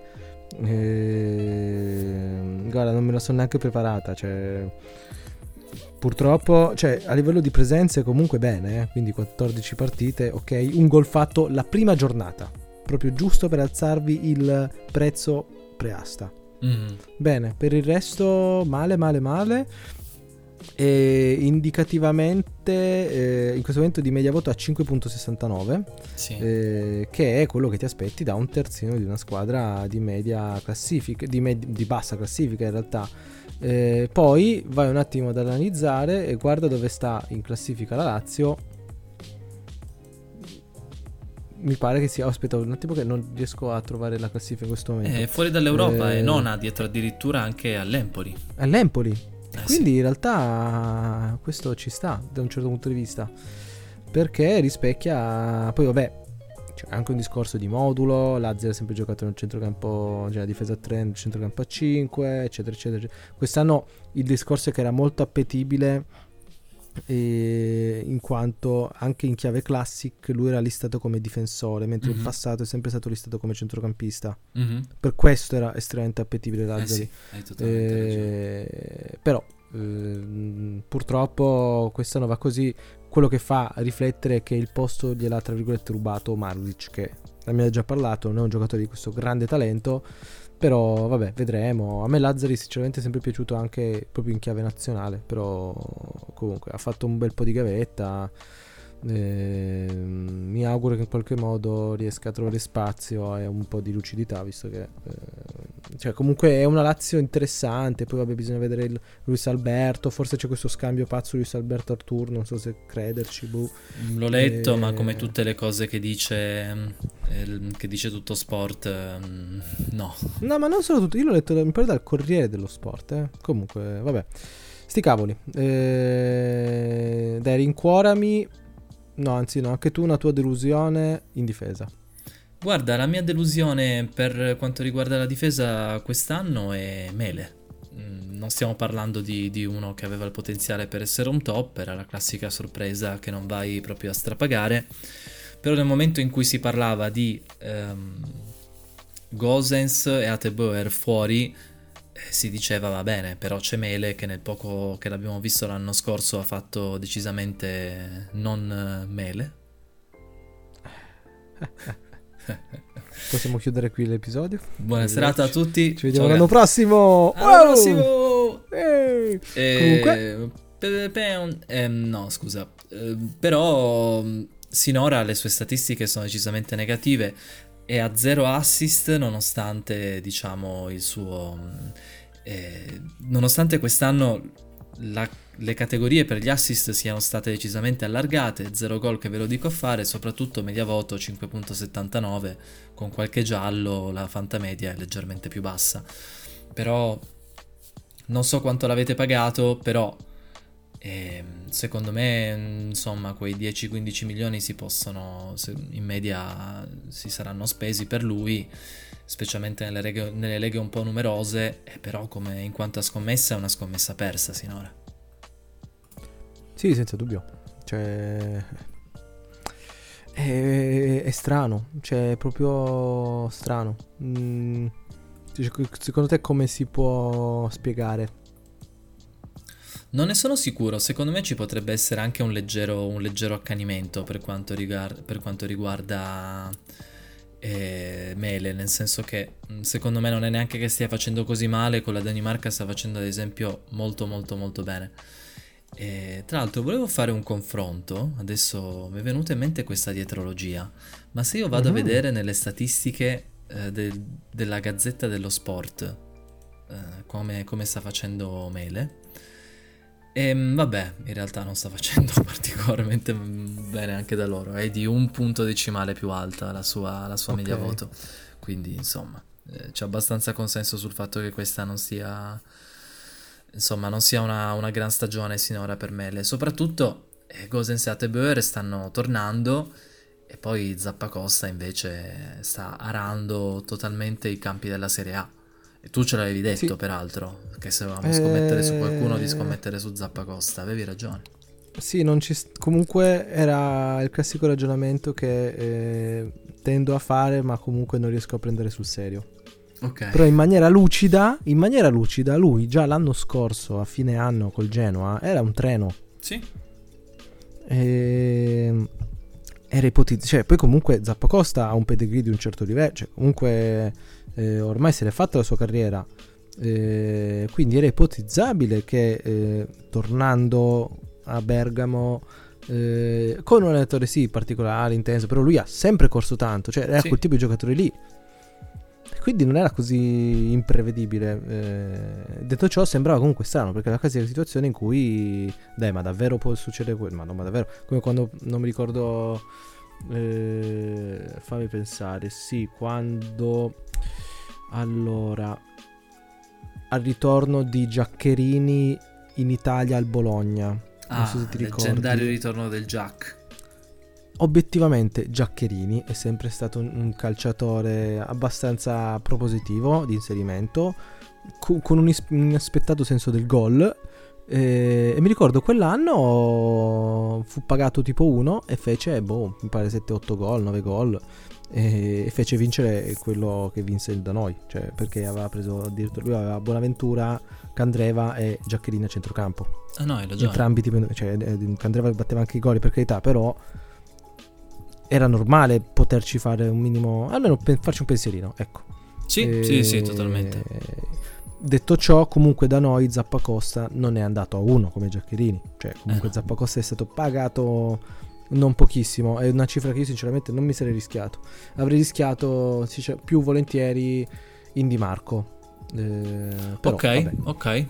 guarda, non me la sono neanche preparata, cioè purtroppo, cioè a livello di presenze comunque bene, quindi 14 partite, ok, un gol fatto la prima giornata, proprio giusto per alzarvi il prezzo preasta. Bene, per il resto male. E indicativamente in questo momento di media voto a 5.69, sì. Che è quello che ti aspetti da un terzino di una squadra di media classifica, di bassa classifica in realtà. Poi vai un attimo ad analizzare e guarda dove sta in classifica la Lazio. Mi pare che sia, aspetta un attimo che non riesco a trovare la classifica in questo momento. È fuori dall'Europa, è nona, dietro addirittura anche all'Empoli. Quindi in realtà questo ci sta da un certo punto di vista, perché rispecchia, poi vabbè, c'è anche un discorso di modulo. Lazio ha sempre giocato nel centrocampo, cioè la difesa a 3, nel centrocampo a 5, eccetera. Quest'anno il discorso è che era molto appetibile e in quanto anche in chiave classic lui era listato come difensore, mentre in passato è sempre stato listato come centrocampista. Per questo era estremamente appetibile Lazzari. Sì, hai totalmente ragione. Però purtroppo quest'anno va così. Quello che fa riflettere è che il posto gliel'ha tra virgolette rubato Marulic, che ne abbiamo già parlato, non è un giocatore di questo grande talento, però vabbè, vedremo. A me Lazzari sinceramente è sempre piaciuto anche proprio in chiave nazionale, però comunque ha fatto un bel po' di gavetta. Mi auguro che in qualche modo riesca a trovare spazio e un po' di lucidità, visto che cioè comunque è una Lazio interessante. Poi vabbè, bisogna vedere il Luis Alberto, forse c'è questo scambio pazzo Luis Alberto Artur, non so se crederci, l'ho letto, ma come tutte le cose che dice tutto sport, no, ma non solo tutto, io l'ho letto mi pare dal Corriere dello Sport, comunque vabbè, sti cavoli. Dai, rincuorami. No, anzi no, anche tu una tua delusione in difesa. Guarda, la mia delusione per quanto riguarda la difesa quest'anno è Mele. Non stiamo parlando di uno che aveva il potenziale per essere un top, era la classica sorpresa che non vai proprio a strapagare, però nel momento in cui si parlava di Gosens e Ateboer fuori, si diceva va bene, però c'è Mele che nel poco che l'abbiamo visto l'anno scorso ha fatto decisamente non Mele. Possiamo chiudere qui l'episodio. Buona serata a tutti. Ci vediamo l'anno prossimo. L'anno prossimo. Comunque no, scusa. Però sinora le sue statistiche sono decisamente negative. E ha 0 assist nonostante, diciamo, il suo nonostante quest'anno le categorie per gli assist siano state decisamente allargate, 0 gol che ve lo dico a fare, soprattutto media voto 5.79, con qualche giallo la fantamedia è leggermente più bassa. Però non so quanto l'avete pagato, però secondo me insomma quei 10-15 milioni si possono, in media si saranno spesi per lui, specialmente nelle leghe un po' numerose, però come in quanto a scommessa è una scommessa persa sinora. Sì, senza dubbio, cioè è strano, cioè è proprio strano. Secondo te come si può spiegare? Non ne sono sicuro, secondo me ci potrebbe essere anche un leggero accanimento per quanto riguarda Mele, nel senso che secondo me non è neanche che stia facendo così male, con la Danimarca sta facendo ad esempio molto molto molto bene. Tra l'altro volevo fare un confronto, adesso mi è venuta in mente questa dietrologia, ma se io vado a vedere nelle statistiche della Gazzetta dello Sport come sta facendo Mele, vabbè, in realtà non sta facendo particolarmente bene anche da loro, è di un punto decimale più alta la sua media voto, quindi insomma c'è abbastanza consenso sul fatto che questa non sia una gran stagione sinora per Mele. Soprattutto Gosens e Ateboer stanno tornando e poi Zappacosta invece sta arando totalmente i campi della Serie A. E tu ce l'avevi detto, sì, peraltro, che se volevamo scommettere su qualcuno di scommettere su Zappacosta, avevi ragione. Sì, comunque era il classico ragionamento che tendo a fare, ma comunque non riesco a prendere sul serio. Okay. Però in maniera lucida lui già l'anno scorso a fine anno col Genoa era un treno. Sì. Era ipotizzato, cioè poi comunque Zappacosta ha un pedigree di un certo livello, cioè comunque ormai se l'è fatta la sua carriera, quindi era ipotizzabile che tornando a Bergamo con un allenatore sì particolare, intenso, però lui ha sempre corso tanto, cioè era quel tipo di giocatore lì, quindi non era così imprevedibile. Detto ciò, sembrava comunque strano, perché era la classica situazione in cui dai, ma davvero può succedere quello? Ma no, ma davvero, come quando non mi ricordo, fammi pensare, sì, quando allora al ritorno di Giaccherini in Italia al Bologna, non so se ti ricordi, leggendario ritorno del Jack. Obiettivamente Giaccherini è sempre stato un calciatore abbastanza propositivo di inserimento, con un inaspettato senso del gol, E mi ricordo quell'anno fu pagato tipo 1 e fece, mi pare 7-8 gol, 9 gol, e fece vincere quello che vinse da noi, cioè perché aveva preso addirittura, lui aveva Bonaventura, Candreva e Giaccherini a centrocampo. Ah no, hai ragione. Entrambi cioè Candreva batteva anche i gol, per carità, però era normale poterci fare un minimo, almeno farci un pensierino, ecco. Sì, totalmente. Detto ciò, comunque da noi Zappacosta non è andato a 1 come Giaccherini, cioè comunque No. Zappacosta è stato pagato non pochissimo, è una cifra che io sinceramente non mi sarei rischiato. Avrei rischiato più volentieri in Di Marco. Però, vabbè. Ok.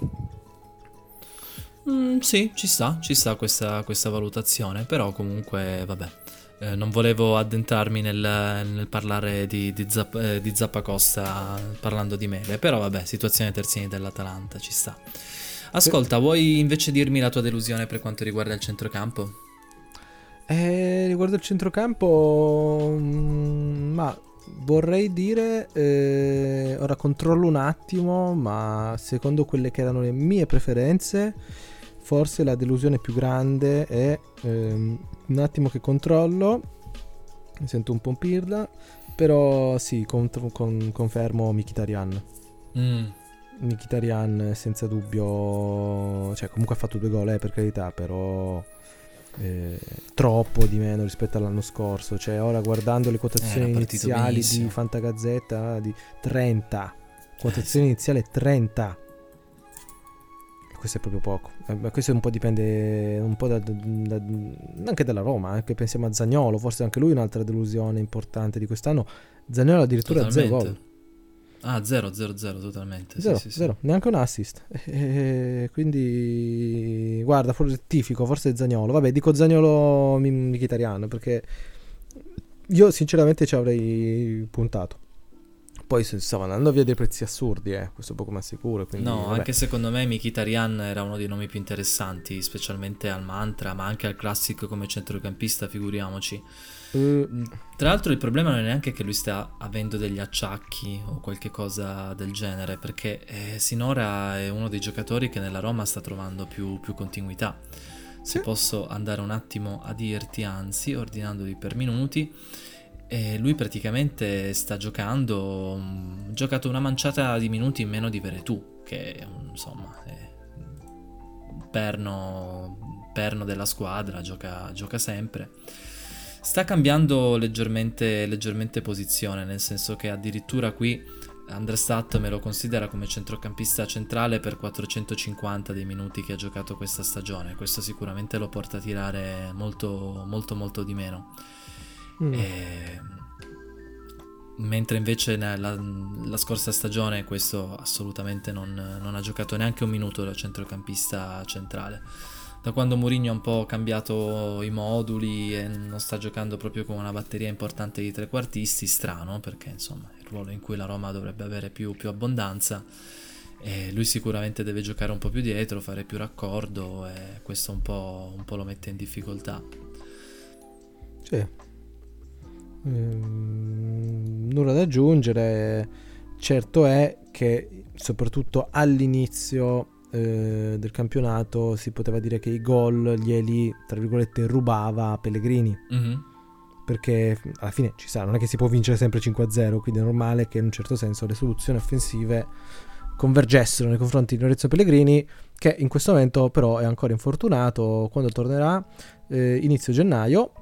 Sì, ci sta questa valutazione, però comunque vabbè. Non volevo addentrarmi nel parlare di Zappacosta parlando di Mele, però vabbè, situazione terzini dell'Atalanta, ci sta. Ascolta, vuoi invece dirmi la tua delusione per quanto riguarda il centrocampo? Riguardo il centrocampo, ma vorrei dire, ora controllo un attimo, ma secondo quelle che erano le mie preferenze, forse la delusione più grande è, un attimo che controllo, mi sento un po' pirla, però sì, confermo Mkhitaryan. Mkhitaryan senza dubbio, cioè comunque ha fatto 2 gol, per carità, però troppo di meno rispetto all'anno scorso, cioè ora guardando le quotazioni iniziali benissimo. di Fantagazzetta di 30, quotazione iniziale 30, questo è proprio poco, ma questo un po' dipende un po' anche dalla Roma, anche pensiamo a Zaniolo, forse anche lui è un'altra delusione importante di quest'anno. Zaniolo addirittura 0 gol. Ah, 0 totalmente. 0, Sì. 0, neanche un assist. Quindi, guarda, rettifico, forse è Zaniolo. Vabbè, dico Zaniolo Mkhitaryan perché io sinceramente ci avrei puntato. Poi se stava andando via dei prezzi assurdi, questo poco ma sicuro. Quindi, No, vabbè. anche secondo me Mkhitaryan era uno dei nomi più interessanti, specialmente al Mantra, ma anche al Classic come centrocampista, figuriamoci. Tra l'altro il problema non è neanche che lui stia avendo degli acciacchi o qualche cosa del genere, perché sinora è uno dei giocatori che nella Roma sta trovando più continuità. Se posso andare un attimo a dirti, anzi, ordinandoli per minuti, lui praticamente sta giocando, ha giocato una manciata di minuti in meno di Veretù, che insomma è un perno della squadra, gioca sempre. Sta cambiando leggermente posizione, nel senso che addirittura qui Andrestat me lo considera come centrocampista centrale per 450 dei minuti che ha giocato questa stagione. Questo sicuramente lo porta a tirare molto di meno. Mentre invece la scorsa stagione questo assolutamente non ha giocato neanche un minuto da centrocampista centrale. Da quando Mourinho ha un po' cambiato i moduli e non sta giocando proprio con una batteria importante di trequartisti, strano, perché insomma è il ruolo in cui la Roma dovrebbe avere più abbondanza, e lui sicuramente deve giocare un po' più dietro, fare più raccordo, e questo un po' lo mette in difficoltà. Sì. Nulla da aggiungere. Certo è che soprattutto all'inizio del campionato si poteva dire che i gol glieli, tra virgolette, rubava Pellegrini, perché alla fine ci sa, non è che si può vincere sempre 5-0, quindi è normale che in un certo senso le soluzioni offensive convergessero nei confronti di Lorenzo Pellegrini, che in questo momento però è ancora infortunato. Quando tornerà? Inizio gennaio.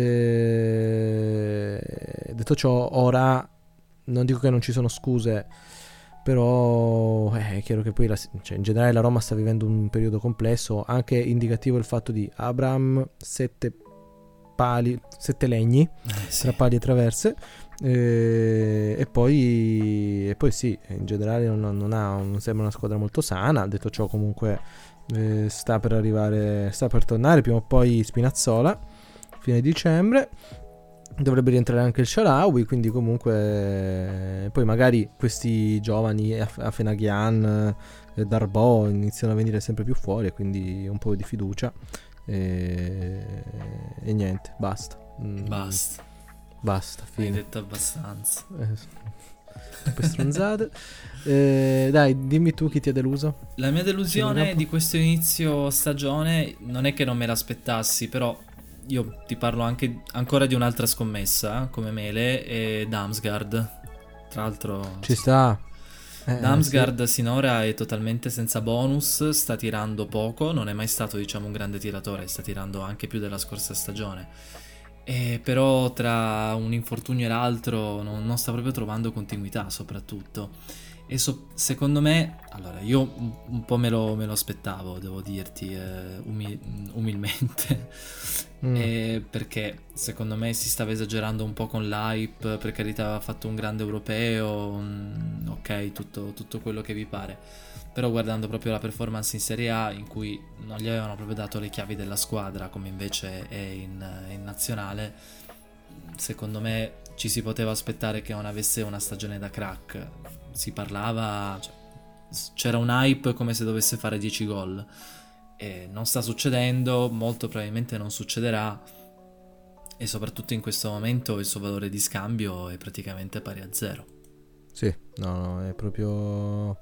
Detto ciò, ora non dico che non ci sono scuse, però è chiaro che poi in generale la Roma sta vivendo un periodo complesso, anche indicativo il fatto di Abraham 7 legni tra pali e traverse, e poi sì, in generale non sembra una squadra molto sana. Detto ciò, comunque sta per tornare prima o poi Spinazzola fine dicembre, dovrebbe rientrare anche il Shaarawy, quindi comunque poi magari questi giovani Afenaghian, Darboe iniziano a venire sempre più fuori, e quindi un po' di fiducia, e niente, basta, Basta, fine. hai detto abbastanza. troppe stronzate. Dai, dimmi tu chi ti ha deluso. La mia delusione di questo inizio stagione non è che non me l'aspettassi, però io ti parlo anche ancora di un'altra scommessa come mele, è Damsgaard. Tra l'altro Ci sta. Damsgaard sinora è totalmente senza bonus, sta tirando poco, non è mai stato diciamo un grande tiratore, sta tirando anche più della scorsa stagione. Però tra un infortunio e l'altro non sta proprio trovando continuità soprattutto. E secondo me, allora io un po' me lo aspettavo, devo dirti umilmente, perché secondo me si stava esagerando un po' con l'hype, per carità aveva fatto un grande europeo, ok, tutto quello che vi pare, però guardando proprio la performance in Serie A, in cui non gli avevano proprio dato le chiavi della squadra come invece è in nazionale, secondo me ci si poteva aspettare che non avesse una stagione da crack. Si parlava, cioè, c'era un hype come se dovesse fare 10 gol e non sta succedendo, molto probabilmente non succederà, e soprattutto in questo momento il suo valore di scambio è praticamente pari a zero. Sì, no, è proprio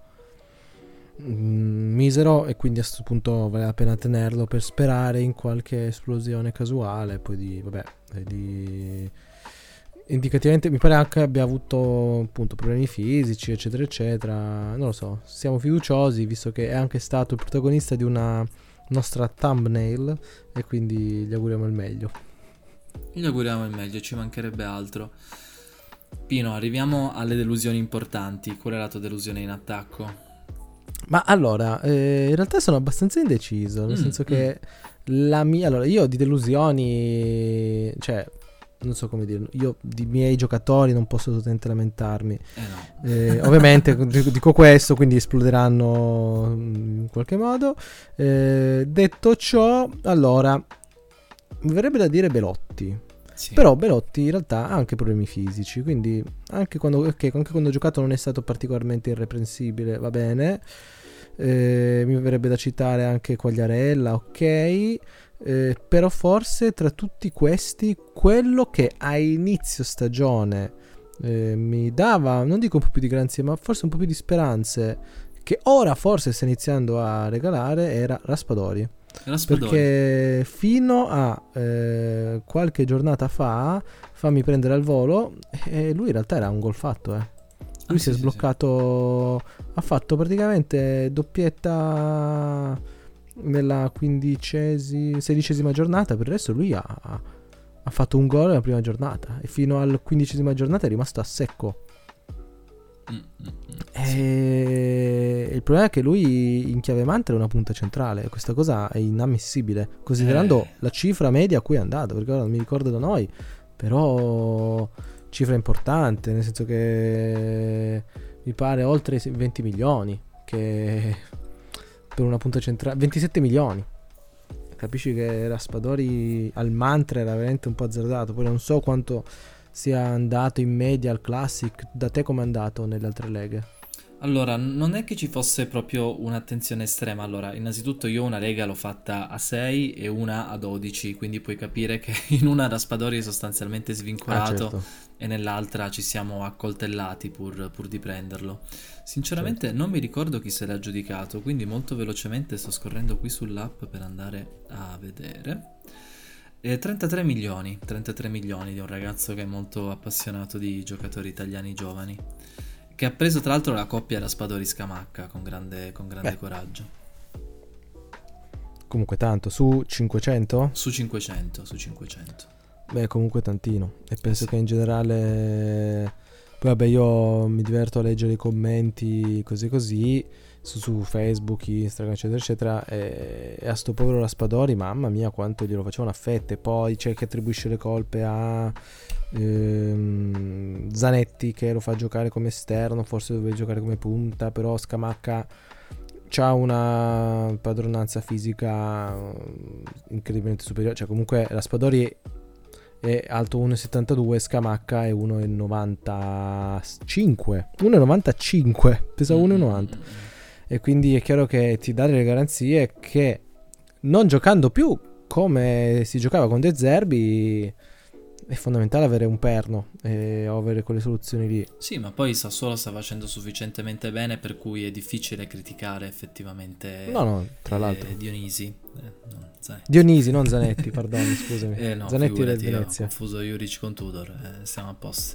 misero, e quindi a questo punto vale la pena tenerlo per sperare in qualche esplosione casuale. Poi indicativamente mi pare anche abbia avuto appunto problemi fisici eccetera eccetera, non lo so, siamo fiduciosi visto che è anche stato il protagonista di una nostra thumbnail e quindi gli auguriamo il meglio. Ci mancherebbe altro. Pino, arriviamo alle delusioni importanti. Qual è la tua delusione in attacco? Ma allora, in realtà sono abbastanza indeciso, nel senso che allora io di delusioni, cioè non so come dirlo, io di miei giocatori non posso assolutamente lamentarmi. No. Ovviamente dico questo, quindi esploderanno in qualche modo. Detto ciò, allora mi verrebbe da dire Belotti. Sì. Però Belotti in realtà ha anche problemi fisici, quindi anche quando ha giocato non è stato particolarmente irreprensibile, va bene. Mi verrebbe da citare anche Quagliarella, ok. Però forse tra tutti questi quello che a inizio stagione mi dava, non dico un po' più di garanzie, ma forse un po' più di speranze, che ora forse sta iniziando a regalare, era Raspadori. Perché fino a qualche giornata fa, fammi prendere al volo, lui in realtà era un gol fatto, lui si è sbloccato, ha fatto praticamente doppietta nella 16ª giornata. Per il resto lui ha fatto un gol nella prima giornata e fino alla 15ª giornata è rimasto a secco. E il problema è che lui in chiave mantra è una punta centrale, questa cosa è inammissibile considerando la cifra media a cui è andato, perché ora non mi ricordo da noi, però cifra importante, nel senso che mi pare oltre 20 milioni, che per una punta centrale 27 milioni. Capisci che Raspadori al mantra era veramente un po' azzardato. Poi non so quanto sia andato in media al Classic. Da te com'è andato nelle altre leghe? Allora, non è che ci fosse proprio un'attenzione estrema. Allora, innanzitutto io una lega l'ho fatta a 6 e una a 12, quindi puoi capire che in una Raspadori è sostanzialmente svincolato, certo. E nell'altra ci siamo accoltellati pur di prenderlo. Sinceramente certo. Non mi ricordo chi se l'ha aggiudicato, quindi molto velocemente sto scorrendo qui sull'app per andare a vedere. 33 milioni di un ragazzo che è molto appassionato di giocatori italiani giovani, che ha preso tra l'altro la coppia Raspadori-Scamacca con grande coraggio. Comunque tanto, su 500? Su 500. Beh, comunque tantino. E penso che in generale... Poi vabbè, io mi diverto a leggere i commenti così su Facebook, Instagram eccetera eccetera, e a sto povero Raspadori, mamma mia quanto glielo facevano a fette. Poi c'è chi attribuisce le colpe a Zanetti, che lo fa giocare come esterno, forse doveva giocare come punta, però Scamacca c'ha una padronanza fisica incredibilmente superiore, cioè comunque Raspadori è alto 1,72, Scamacca è 1,95, pesa 1,90, e quindi è chiaro che ti dà delle garanzie che non giocando più come si giocava con De Zerbi è fondamentale avere un perno o avere quelle soluzioni lì. Sì, ma poi Sassuolo sta facendo sufficientemente bene per cui è difficile criticare effettivamente No, tra l'altro. Dionisi. Sai. Dionisi, non Zanetti, perdono, scusami. No, Zanetti del figurati, ho Venezia. confuso Juric con Tudor, siamo a posto.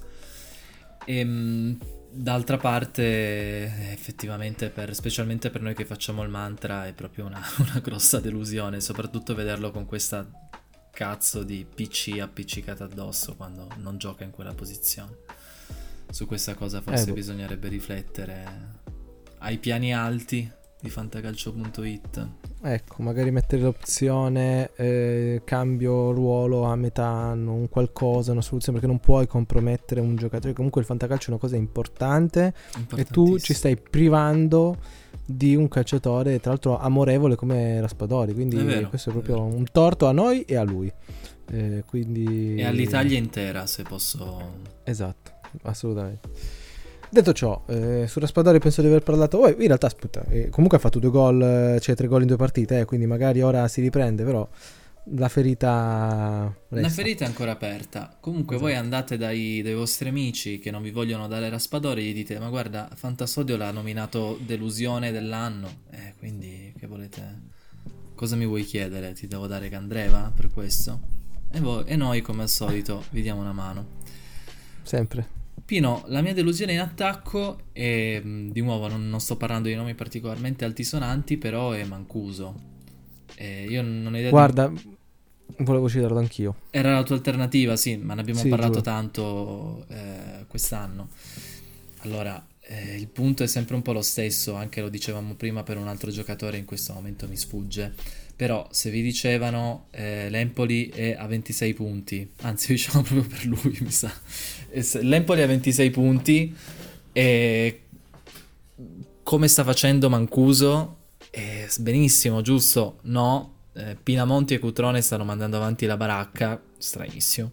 D'altra parte, effettivamente, specialmente per noi che facciamo il mantra, è proprio una grossa delusione, soprattutto vederlo con questa cazzo di PC appiccicata addosso quando non gioca in quella posizione. Su questa cosa forse bisognerebbe riflettere ai piani alti di fantacalcio.it. Ecco, magari mettere l'opzione cambio ruolo a metà anno, un qualcosa, una soluzione, perché non puoi compromettere un giocatore. Comunque il fantacalcio è una cosa importante e tu ci stai privando di un calciatore, tra l'altro amorevole come Raspadori, quindi questo è proprio un torto a noi e a lui. Quindi... E all'Italia intera, se posso... Esatto, assolutamente. Detto ciò, su Raspadori penso di aver parlato. In realtà, aspetta, comunque ha fatto 2 gol, cioè 3 gol in 2 partite, quindi magari ora si riprende, però la ferita resta. La ferita è ancora aperta. Comunque voi andate dai vostri amici che non vi vogliono dare Raspadori e gli dite: ma guarda, Fantasodio l'ha nominato delusione dell'anno, quindi che volete? Cosa mi vuoi chiedere? Ti devo dare Candreva per questo? E noi come al solito vi diamo una mano. Sempre. Pino, la mia delusione in attacco è, di nuovo non sto parlando di nomi particolarmente altisonanti, però è Mancuso. Io non ho idea. Guarda, volevo citarlo anch'io. Era la tua alternativa, sì, ma ne abbiamo parlato giuro. tanto quest'anno. Allora, il punto è sempre un po' lo stesso, anche lo dicevamo prima per un altro giocatore, in questo momento mi sfugge. Però se vi dicevano l'Empoli è a 26 punti, anzi diciamo proprio per lui mi sa, l'Empoli a 26 punti e come sta facendo Mancuso? Benissimo, giusto? No, Pinamonti e Cutrone stanno mandando avanti la baracca, stranissimo.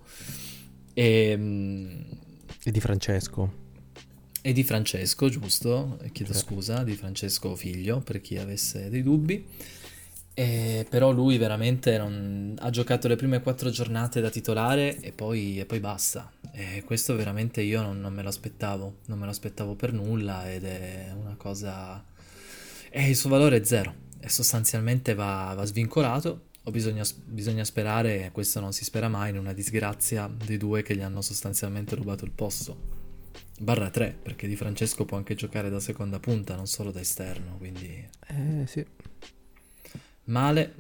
E di Francesco. E di Francesco, giusto? Chiedo scusa, di Francesco figlio, per chi avesse dei dubbi. Però lui veramente ha giocato le prime 4 giornate da titolare e poi basta. E questo veramente io non me lo aspettavo, non me lo aspettavo per nulla ed è una cosa... il suo valore è 0 e sostanzialmente va svincolato. Bisogna sperare, questo non si spera mai, in una disgrazia dei 2 che gli hanno sostanzialmente rubato il posto. /3, perché Di Francesco può anche giocare da seconda punta, non solo da esterno, quindi... sì. Male.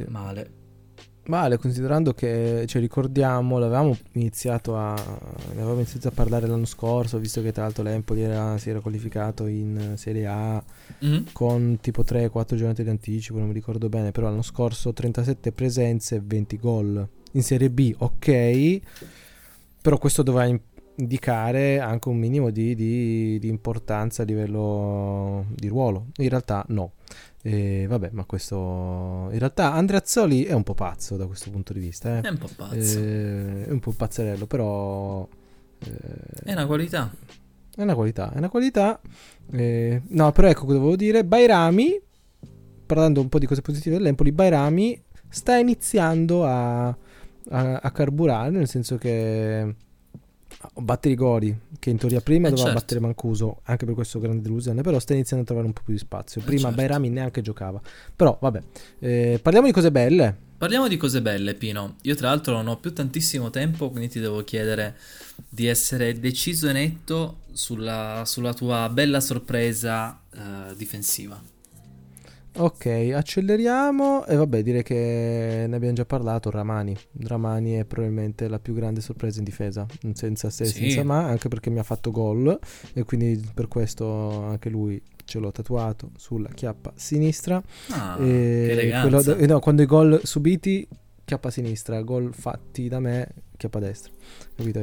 Male, considerando che, ricordiamo, ne avevamo iniziato a parlare l'anno scorso, visto che tra l'altro l'Empoli si era qualificato in Serie A con tipo 3-4 giornate di anticipo, non mi ricordo bene, però l'anno scorso 37 presenze e 20 gol. In Serie B, ok, però questo doveva indicare anche un minimo di importanza a livello di ruolo. In realtà no. Vabbè, ma questo in realtà Andreazzoli è un po' pazzo da questo punto di vista. È un po' pazzo. È un po' pazzerello, però è una qualità. È una qualità. No, però ecco cosa volevo dire. Bairami, parlando un po' di cose positive dell'Empoli, Bairami sta iniziando a carburare, nel senso che batte Rigori, che in teoria prima doveva battere Mancuso, anche per questo grande delusione, però sta iniziando a trovare un po' più di spazio. Prima Bairami neanche giocava. Però vabbè, parliamo di cose belle. Parliamo di cose belle, Pino. Io tra l'altro non ho più tantissimo tempo, quindi ti devo chiedere di essere deciso e netto sulla tua bella sorpresa difensiva. Ok, acceleriamo e vabbè, direi che ne abbiamo già parlato. Ramani è probabilmente la più grande sorpresa in difesa, senza se senza ma, anche perché mi ha fatto gol e quindi per questo anche lui ce l'ho tatuato sulla chiappa sinistra. Che eleganza. Quando i gol subiti chiappa sinistra, gol fatti da me chiappa destra, capito?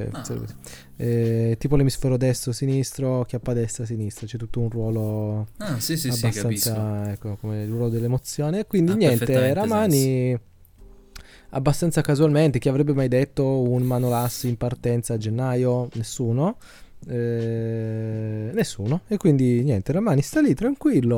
Tipo l'emisfero destro sinistro, chiappa destra sinistra, c'è tutto un ruolo abbastanza, ecco, come il ruolo dell'emozione. Quindi niente, Ramani abbastanza casualmente, chi avrebbe mai detto un Manolas in partenza a gennaio? Nessuno. E quindi niente, Ramani sta lì tranquillo,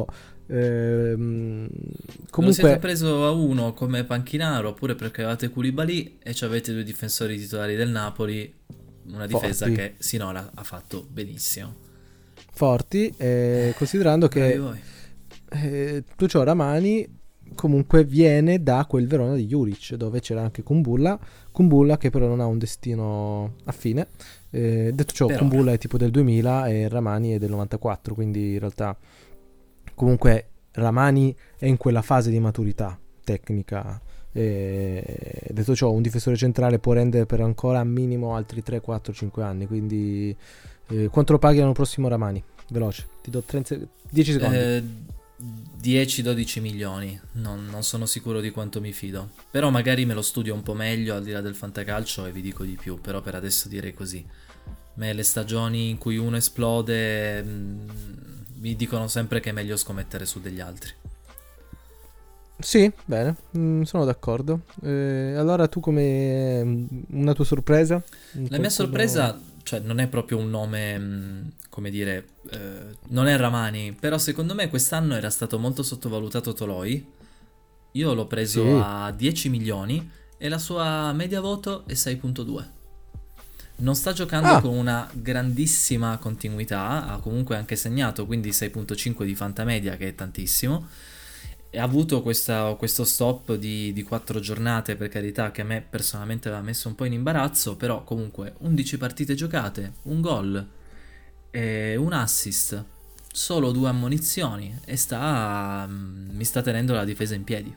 Lo siete Comunque, preso a uno come panchinaro oppure perché avevate Koulibaly e ci avete due difensori titolari del Napoli, una difesa forti, che sinora ha fatto benissimo. forti, considerando Bravi che voi. Lucio Ramani comunque viene da quel Verona di Juric, dove c'era anche Kumbulla che però non ha un destino affine. Detto ciò, Per ora. Kumbulla è tipo del 2000 e Ramani è del 94, quindi in realtà comunque Ramani è in quella fase di maturità tecnica. Detto ciò, un difensore centrale può rendere per ancora minimo altri 3, 4, 5 anni, quindi quanto lo paghi l'anno prossimo Ramani? Veloce, ti do 10 secondi. Eh, 10-12 milioni, non sono sicuro di quanto mi fido. Però magari me lo studio un po' meglio al di là del fantacalcio e vi dico di più. Però per adesso direi così. Me le stagioni in cui uno esplode mi dicono sempre che è meglio scommettere su degli altri. Sì, bene, sono d'accordo. Allora tu come una tua sorpresa? La mia Qualcuno... sorpresa, cioè non è proprio un nome, come dire, non è Ramani, però secondo me quest'anno era stato molto sottovalutato Toloi. Io l'ho preso Sì. a 10 milioni e la sua media voto è 6,2. Non sta giocando Ah, con una grandissima continuità, ha comunque anche segnato, quindi 6,5 di fantamedia, che è tantissimo. E ha avuto questo stop di 4 giornate, per carità, che a me personalmente aveva messo un po' in imbarazzo, però comunque 11 partite giocate, un gol e un assist, solo 2 ammonizioni e mi sta tenendo la difesa in piedi.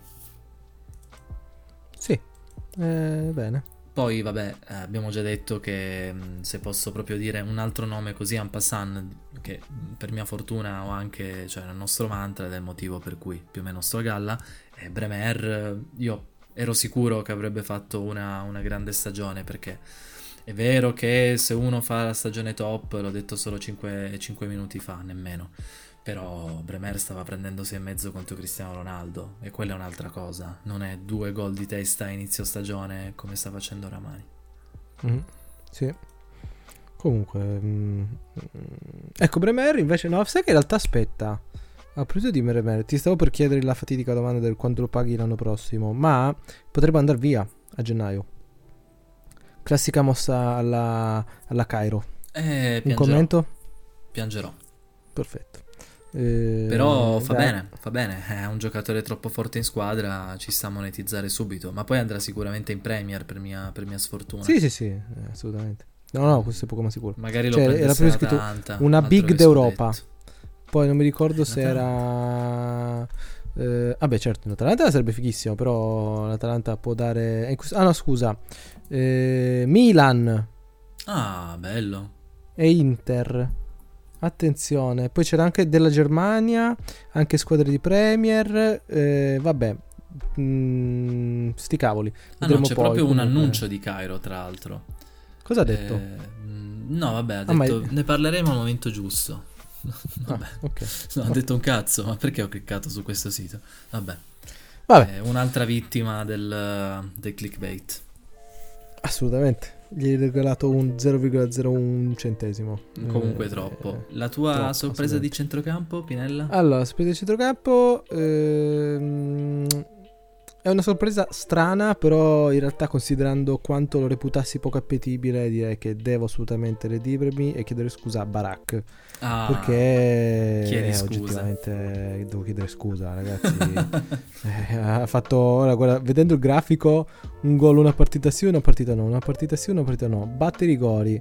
sì, bene. Poi, vabbè, abbiamo già detto che se posso proprio dire un altro nome così en passant, che per mia fortuna ho anche, cioè nel nostro mantra ed è il motivo per cui più o meno sto a galla, è Bremer. Io ero sicuro che avrebbe fatto una grande stagione perché è vero che se uno fa la stagione top, l'ho detto solo 5 minuti fa, nemmeno. Però Bremer stava prendendo 6,5 contro Cristiano Ronaldo e quella è un'altra cosa, non è 2 gol di testa a inizio stagione come sta facendo Ramani. Mhm, sì. Comunque, ecco, Bremer invece no, sai che in realtà aspetta. A proposito di Bremer, ti stavo per chiedere la fatidica domanda del quanto lo paghi l'anno prossimo, ma potrebbe andare via a gennaio. Classica mossa alla Cairo. Un Piangerò, commento? piangerò. Perfetto. Però Dai. fa bene, è un giocatore troppo forte in squadra, ci sta a monetizzare subito, ma poi andrà sicuramente in Premier per mia sfortuna. Sì, sì, sì, assolutamente. No, no, questo è poco ma sicuro. Magari lo Cioè, era prendesse proprio scritto l'Atalanta, una altro big che d'Europa. scudetto. Poi non mi ricordo se L'Atalanta? era... vabbè, certo, l'Atalanta sarebbe fighissimo, però l'Atalanta può dare... ah no, scusa. Milan Ah, bello. e Inter. Attenzione. Poi c'era anche della Germania, anche squadre di Premier. Vabbè, sti cavoli. Ah no, Vedremo c'è poi. proprio un Comunque, annuncio di Cairo, tra l'altro. cosa ha detto? No, vabbè, ha Ah, ma... detto ne parleremo al momento giusto. Ah, Vabbè, ok. no, ha detto un cazzo, ma perché ho cliccato su questo sito? Vabbè, Vabbè, un'altra vittima del clickbait. assolutamente. Gli hai regalato un 0,01 centesimo. Comunque troppo. La tua Troppo, sorpresa di assolutamente. centrocampo, Pinella? Allora, spesa di centrocampo è una sorpresa strana, però in realtà considerando quanto lo reputassi poco appetibile direi che devo assolutamente redimermi e chiedere scusa a Barak. Ah, Perché chiedi scusa. oggettivamente devo chiedere scusa, ragazzi. Ha fatto, ora guarda, vedendo il grafico, un gol, una partita sì, una partita no, una partita sì, una partita no. Batte i rigori.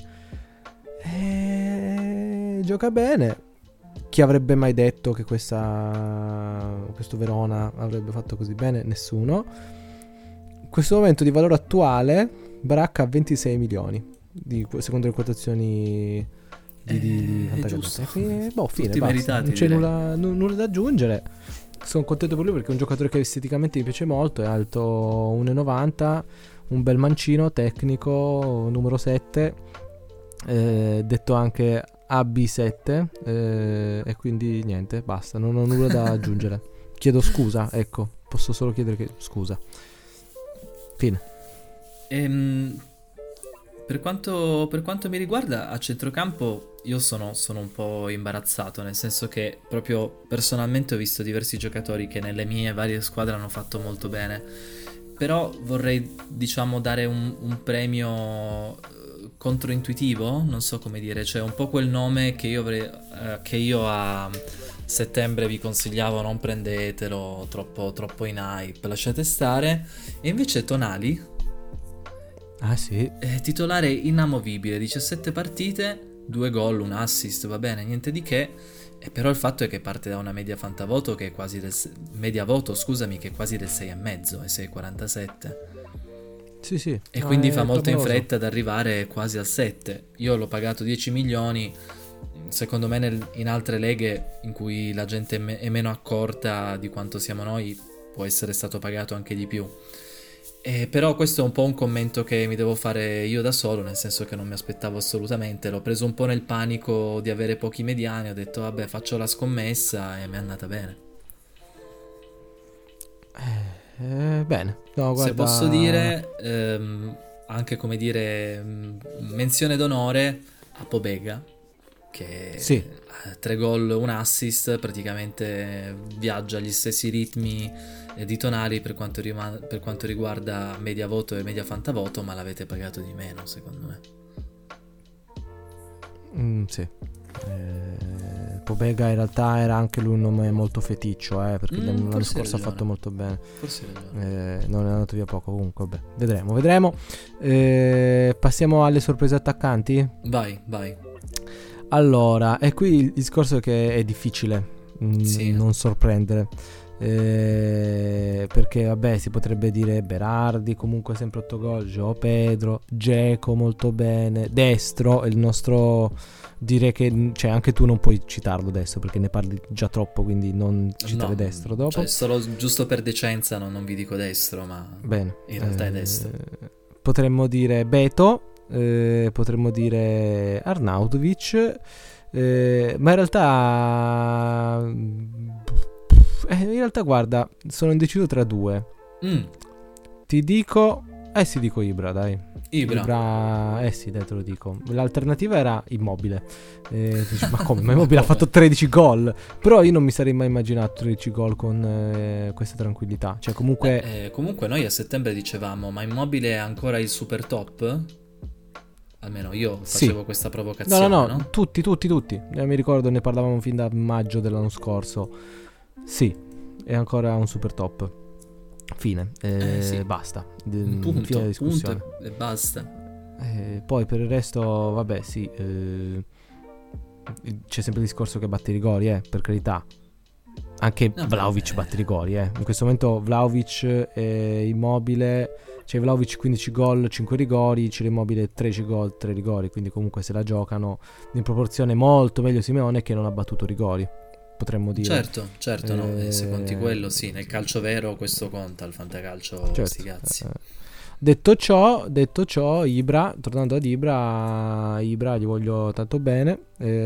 Gioca bene. Chi avrebbe mai detto che questo Verona avrebbe fatto così bene? Nessuno. In questo momento di valore attuale, Baracca ha 26 milioni, secondo le quotazioni di È giusto. Fantacalcio. Boh, fine, Tutti basta. meritati, Non c'è direi. nulla da aggiungere. Sono contento per lui perché è un giocatore che esteticamente mi piace molto. È alto 1,90, un bel mancino, tecnico, numero 7. Detto anche AB7. E quindi niente, basta. Non ho nulla da aggiungere. Chiedo scusa, ecco. Posso solo chiedere scusa. Fine. Ehm, Per quanto mi riguarda, a centrocampo io sono un po' imbarazzato, nel senso che proprio personalmente ho visto diversi giocatori che nelle mie varie squadre hanno fatto molto bene, però vorrei, diciamo, dare un premio controintuitivo, non so come dire, cioè un po' quel nome che io a settembre vi consigliavo: non prendetelo, troppo in hype, lasciate stare. E invece Tonali, Ah sì. titolare inamovibile, 17 partite, 2 gol, un assist, va bene, niente di che. E però il fatto è che parte da una media fantavoto che è quasi media voto, scusami, che è quasi del 6,5 e 6,47. Sì, sì. E No, quindi fa è molto in clamoroso. fretta ad arrivare quasi al 7. Io l'ho pagato 10 milioni. Secondo me in altre leghe in cui la gente è meno accorta di quanto siamo noi, può essere stato pagato anche di più. Però questo è un po' un commento che mi devo fare io da solo, nel senso che non mi aspettavo assolutamente. L'ho preso un po' nel panico di avere pochi mediani, ho detto vabbè, faccio la scommessa e mi è andata bene. Bene. No, Se posso guarda. dire, anche come dire, menzione d'onore a Pobega, che Sì. ha 3 gol, un assist, praticamente viaggia agli stessi ritmi di Tonali per quanto riguarda media voto e media fantavoto, ma l'avete pagato di meno, secondo me. Sì. Pobega in realtà era anche lui un nome molto feticcio, perché l'anno Forse hai scorso ha fatto ragione, molto bene. forse hai ragione. Non è andato via poco, comunque, vabbè, vedremo. Passiamo alle sorprese attaccanti. Vai, vai. Allora, e qui il discorso è che è difficile Sì. non sorprendere. Perché vabbè, si potrebbe dire Berardi comunque sempre 8 gol, João Pedro, Dzeko molto bene, Destro il nostro, direi che cioè anche tu non puoi citarlo adesso perché ne parli già troppo, quindi non citare No, Destro dopo. cioè solo giusto per decenza non vi dico destro, ma Bene, in realtà è destro. potremmo dire Beto, potremmo dire Arnautovic, ma in realtà guarda, sono indeciso tra due. Mm, Ti dico, sì, dico Ibra, dai. Ibra. Sì, dai, te lo dico. L'alternativa era Immobile. Dici, ma come? Ma Immobile ha Come? fatto 13 gol. Però io non mi sarei mai immaginato 13 gol con questa tranquillità. Cioè, comunque, Comunque noi a settembre dicevamo: ma Immobile è ancora il super top? Almeno io sì. facevo questa No, provocazione, no, no? tutti. Mi ricordo, ne parlavamo fin da maggio dell'anno scorso. Sì, è ancora un super top. Fine, Sì, basta. un Fine della punto discussione. e basta. Poi per il resto, vabbè, sì. C'è sempre il discorso che batte i rigori, per carità. Anche Vabbè, Vlahovic batte i rigori, In questo momento Vlahovic è Immobile. C'è Vlahovic 15 gol, 5 rigori. C'è Immobile 13 gol, 3 rigori. Quindi comunque se la giocano in proporzione molto meglio Simeone, che non ha battuto rigori, potremmo dire. Certo, no, se conti quello, sì, nel calcio vero questo conta, il fantacalcio sti Certo. cazzi. Detto ciò, tornando ad Ibra gli voglio tanto bene.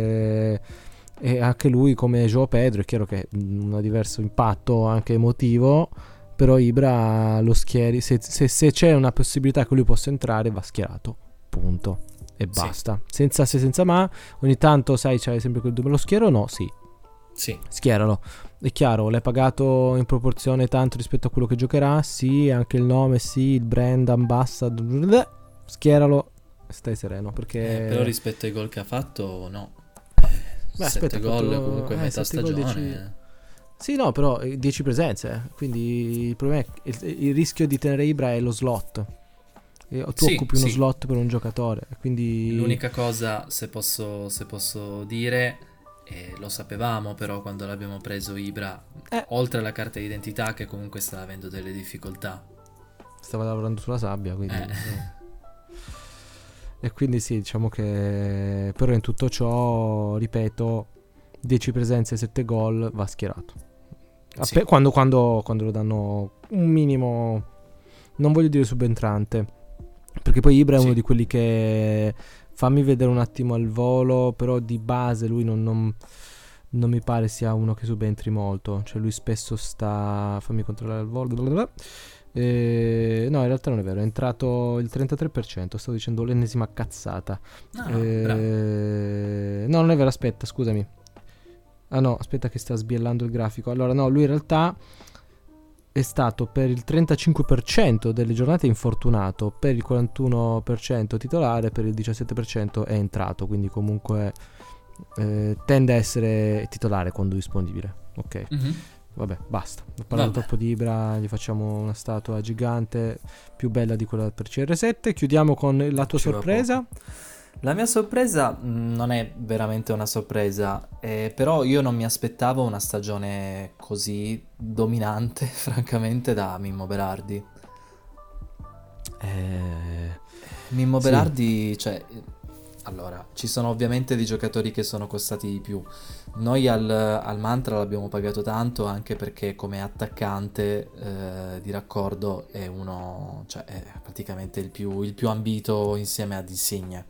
E anche lui, come João Pedro, è chiaro che un diverso impatto anche emotivo. Però Ibra lo schieri, se c'è una possibilità che lui possa entrare, va schierato, punto, e Sì. basta, senza se senza ma. Ogni tanto, sai, c'hai sempre quel dubbio: lo schiero o no? Sì, Sì, schieralo. È chiaro, l'hai pagato in proporzione tanto rispetto a quello che giocherà. Sì, anche il nome, sì, il brand ambassador, schieralo, stai sereno, perché però rispetto ai gol che ha fatto, no. beh, 7 aspetta, ha gol fatto comunque metà 7 gol, 10. stagione. Sì, no, però 10 presenze, quindi il problema è il rischio di tenere Ibra è lo slot. E tu Sì, occupi uno slot per un giocatore, quindi l'unica cosa, se posso dire, e lo sapevamo però quando l'abbiamo preso Ibra, eh, oltre alla carta d'identità che comunque stava avendo delle difficoltà. stava lavorando sulla sabbia, quindi Eh. e quindi sì, diciamo che però in tutto ciò, ripeto, 10 presenze e 7 gol, va schierato. Sì. Quando lo danno un minimo, non voglio dire subentrante, perché poi Ibra è uno Sì. di quelli che, fammi vedere un attimo al volo, però di base lui non mi pare sia uno che subentri molto. Cioè lui spesso sta, fammi controllare al volo, No, in realtà non è vero, è entrato il 33%, stavo dicendo l'ennesima cazzata. Ah, bravo. No, non è vero, aspetta, scusami. Ah no, aspetta che sta sbiellando il grafico. Allora, no, lui in realtà è stato per il 35% delle giornate infortunato, per il 41% titolare, per il 17% è entrato, quindi comunque tende a essere titolare quando disponibile. Ok, Mhm. vabbè, basta. Ho parlato Vabbè, troppo di Ibra, gli facciamo una statua gigante più bella di quella per CR7. Chiudiamo con la tua ci va poco. sorpresa. La mia sorpresa non è veramente una sorpresa, però io non mi aspettavo una stagione così dominante, francamente, da Mimmo Berardi. Eh, Mimmo sì, Berardi, cioè, allora, ci sono ovviamente dei giocatori che sono costati di più. Noi al Mantra l'abbiamo pagato tanto anche perché come attaccante di raccordo è uno, cioè è praticamente il più ambito insieme ad Insigne.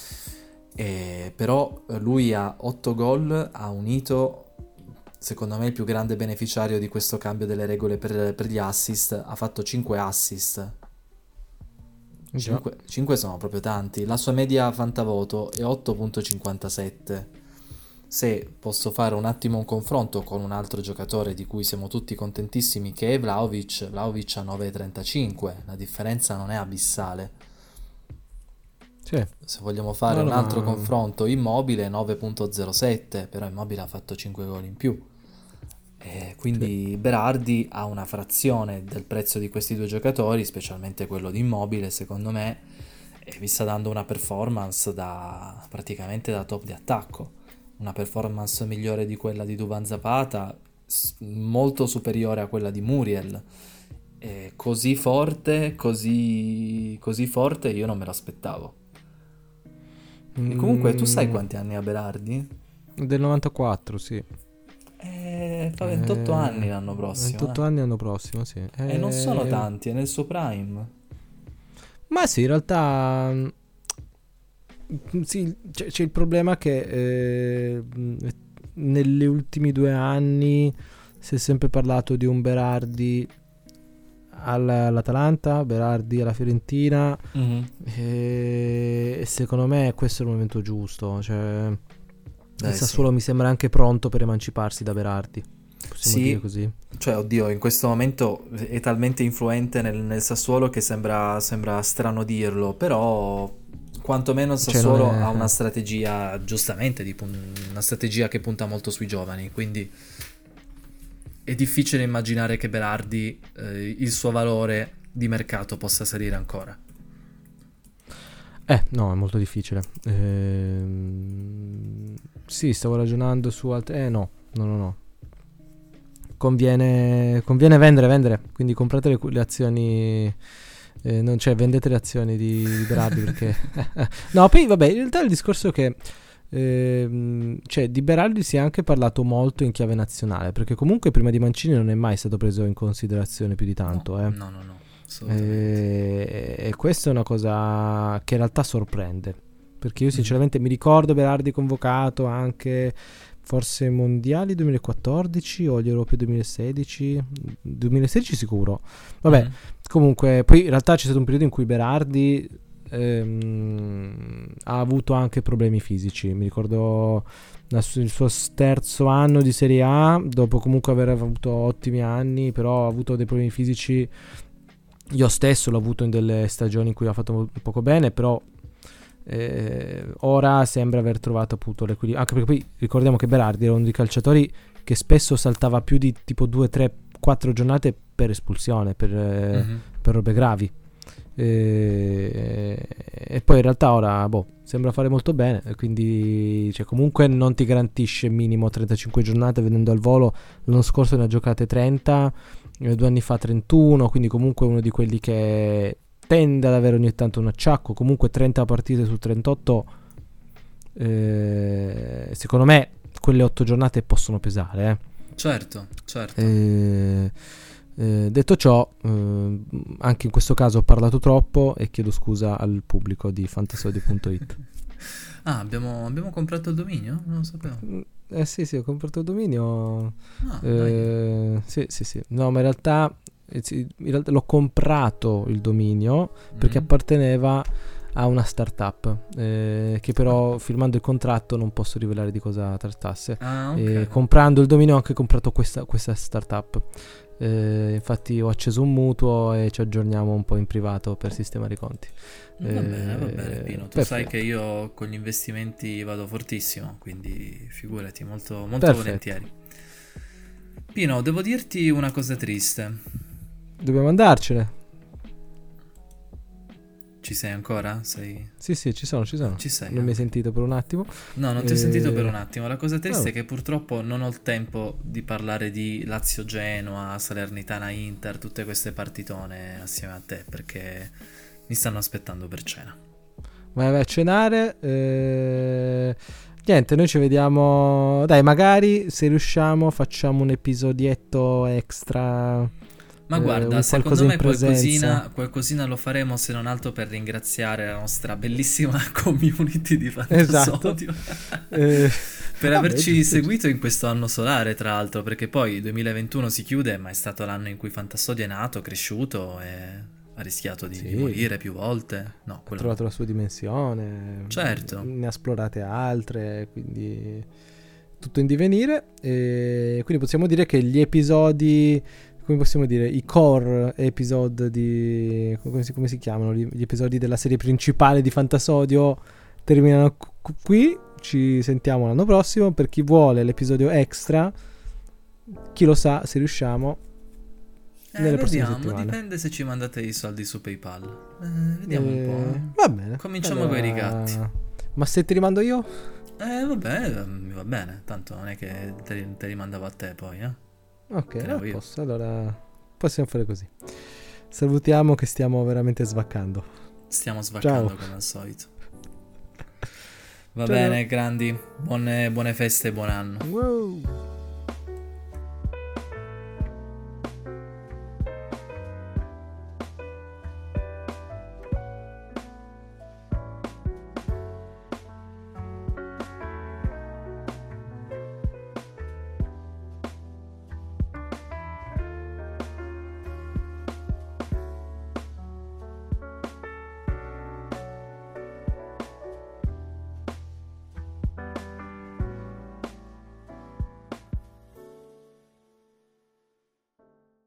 Però lui ha 8 gol, ha unito, secondo me, il più grande beneficiario di questo cambio delle regole per gli assist, ha fatto 5 assist. già. 5 sono proprio tanti. La sua media fantavoto è 8,57. Se posso fare un attimo un confronto con un altro giocatore di cui siamo tutti contentissimi che è Vlahovic, Vlahovic ha 9,35. La differenza non è abissale. Sì. Se vogliamo fare No, un no, altro ma confronto, Immobile 9,07, però Immobile ha fatto 5 gol in più. E sì. quindi Berardi ha una frazione del prezzo di questi due giocatori, specialmente quello di Immobile, secondo me, e vi sta dando una performance praticamente da top di attacco. Una performance migliore di quella di Duvan Zapata, molto superiore a quella di Muriel. E così forte, così forte, io non me l'aspettavo. E comunque, tu sai Mm, quanti anni ha Berardi? del 94, sì. Fa 28 anni Eh, l'anno prossimo, 28 anni l'anno prossimo, sì. E non sono tanti, è nel suo prime. Ma sì, in realtà sì, c'è il problema che negli ultimi 2 anni si è sempre parlato di un Berardi all'Atalanta, Berardi alla Fiorentina, Mhm. e secondo me questo è il momento giusto. Cioè, il Beh, sì. Sassuolo mi sembra anche pronto per emanciparsi da Berardi, possiamo dire Sì, così. cioè, oddio, in questo momento è talmente influente nel Sassuolo che sembra strano dirlo, però quantomeno il Cioè, non Sassuolo ha una è... strategia, giustamente, una strategia che punta molto sui giovani, quindi è difficile immaginare che Berardi, il suo valore di mercato possa salire ancora. No, è molto difficile. Sì, stavo ragionando su altre... no, no, no, no. Conviene vendere. Quindi comprate le azioni... non, cioè, vendete le azioni di Berardi perché... no, poi vabbè, in realtà il discorso è che... cioè, di Berardi si è anche parlato molto in chiave nazionale, perché comunque prima di Mancini non è mai stato preso in considerazione più di No, tanto, eh. no, no, no, assolutamente. E questa è una cosa che in realtà sorprende, perché io Mhm. sinceramente mi ricordo Berardi convocato anche forse ai mondiali 2014 o agli europei 2016 sicuro. Vabbè, Mhm. comunque poi in realtà c'è stato un periodo in cui Berardi ha avuto anche problemi fisici. Mi ricordo il suo terzo anno di Serie A, dopo comunque aver avuto ottimi anni, però ha avuto dei problemi fisici. Io stesso l'ho avuto in delle stagioni in cui ha fatto poco bene, però ora sembra aver trovato appunto l'equilibrio. Anche perché poi ricordiamo che Berardi era uno dei calciatori che spesso saltava più di tipo 2, 3, 4 giornate per espulsione, Mhm. per robe gravi. E poi in realtà ora sembra fare molto bene, quindi cioè, comunque non ti garantisce minimo 35 giornate vedendo al volo. L'anno scorso ne ha giocate 30, 2 anni fa 31, quindi comunque uno di quelli che tende ad avere ogni tanto un acciacco. Comunque 30 partite su 38, secondo me quelle 8 giornate possono pesare. Certo, certo. Eh, detto ciò, anche in questo caso ho parlato troppo e chiedo scusa al pubblico di fantasyaudio.it. Ah, abbiamo comprato il dominio? Non lo sapevo. Sì, sì, ho comprato il dominio. Ah, dai. Sì, sì, sì. No, ma in realtà In realtà l'ho comprato il dominio perché Mm. apparteneva a una startup che però firmando il contratto non posso rivelare di cosa trattasse. Ah, E ok. comprando il dominio ho anche comprato questa startup. Infatti ho acceso un mutuo e ci aggiorniamo un po' in privato per sistemare i conti. Va bene, Pino. Tu sai Perfetto, che io con gli investimenti vado fortissimo, quindi figurati, molto, molto perfetto. volentieri. Pino, devo dirti una cosa triste. Dobbiamo andarcene. Ci sei ancora? Sei... Sì, sì, ci sono, ci sono. Ci sei, Non mi hai ok. sentito per un attimo. No, non ti ho sentito per un Eh, attimo. La cosa triste oh, è che purtroppo non ho il tempo di parlare di Lazio-Genoa, Salernitana-Inter, tutte queste partitone assieme a te, perché mi stanno aspettando per cena. vai a cenare. Niente, noi ci vediamo. Dai, magari se riusciamo facciamo un episodietto extra. Ma guarda, Un secondo qualcosa in me presenza. qualcosina lo faremo se non altro per ringraziare la nostra bellissima community di Esatto. Fantasodio Eh, per vabbè, averci giusto, seguito giusto. in questo anno solare, tra l'altro, perché poi il 2021 si chiude, ma è stato l'anno in cui Fantasodio è nato, cresciuto e ha rischiato di Sì, morire più volte. No, ha quello no. trovato la sua dimensione, Certo. ne ha esplorate altre, quindi tutto in divenire. E quindi possiamo dire che gli episodi, come possiamo dire, i core episode di, come si chiamano, gli episodi della serie principale di Fantasodio terminano qui. Ci sentiamo l'anno prossimo. Per chi vuole l'episodio extra, chi lo sa se riusciamo nelle prossime Vediamo, settimane. dipende se ci mandate i soldi su PayPal. Vediamo un po'. Va bene. Cominciamo coi ricatti. Allora, ma se ti rimando io? Vabbè, mi va bene, tanto non è che te li mandavo a te poi, eh. Ok, a Tenevo io. posto. Allora possiamo fare così. Salutiamo che stiamo veramente svaccando. Stiamo Ciao. svaccando come al solito. Va Ciao ciao. bene, grandi, buone feste e buon anno. Wow.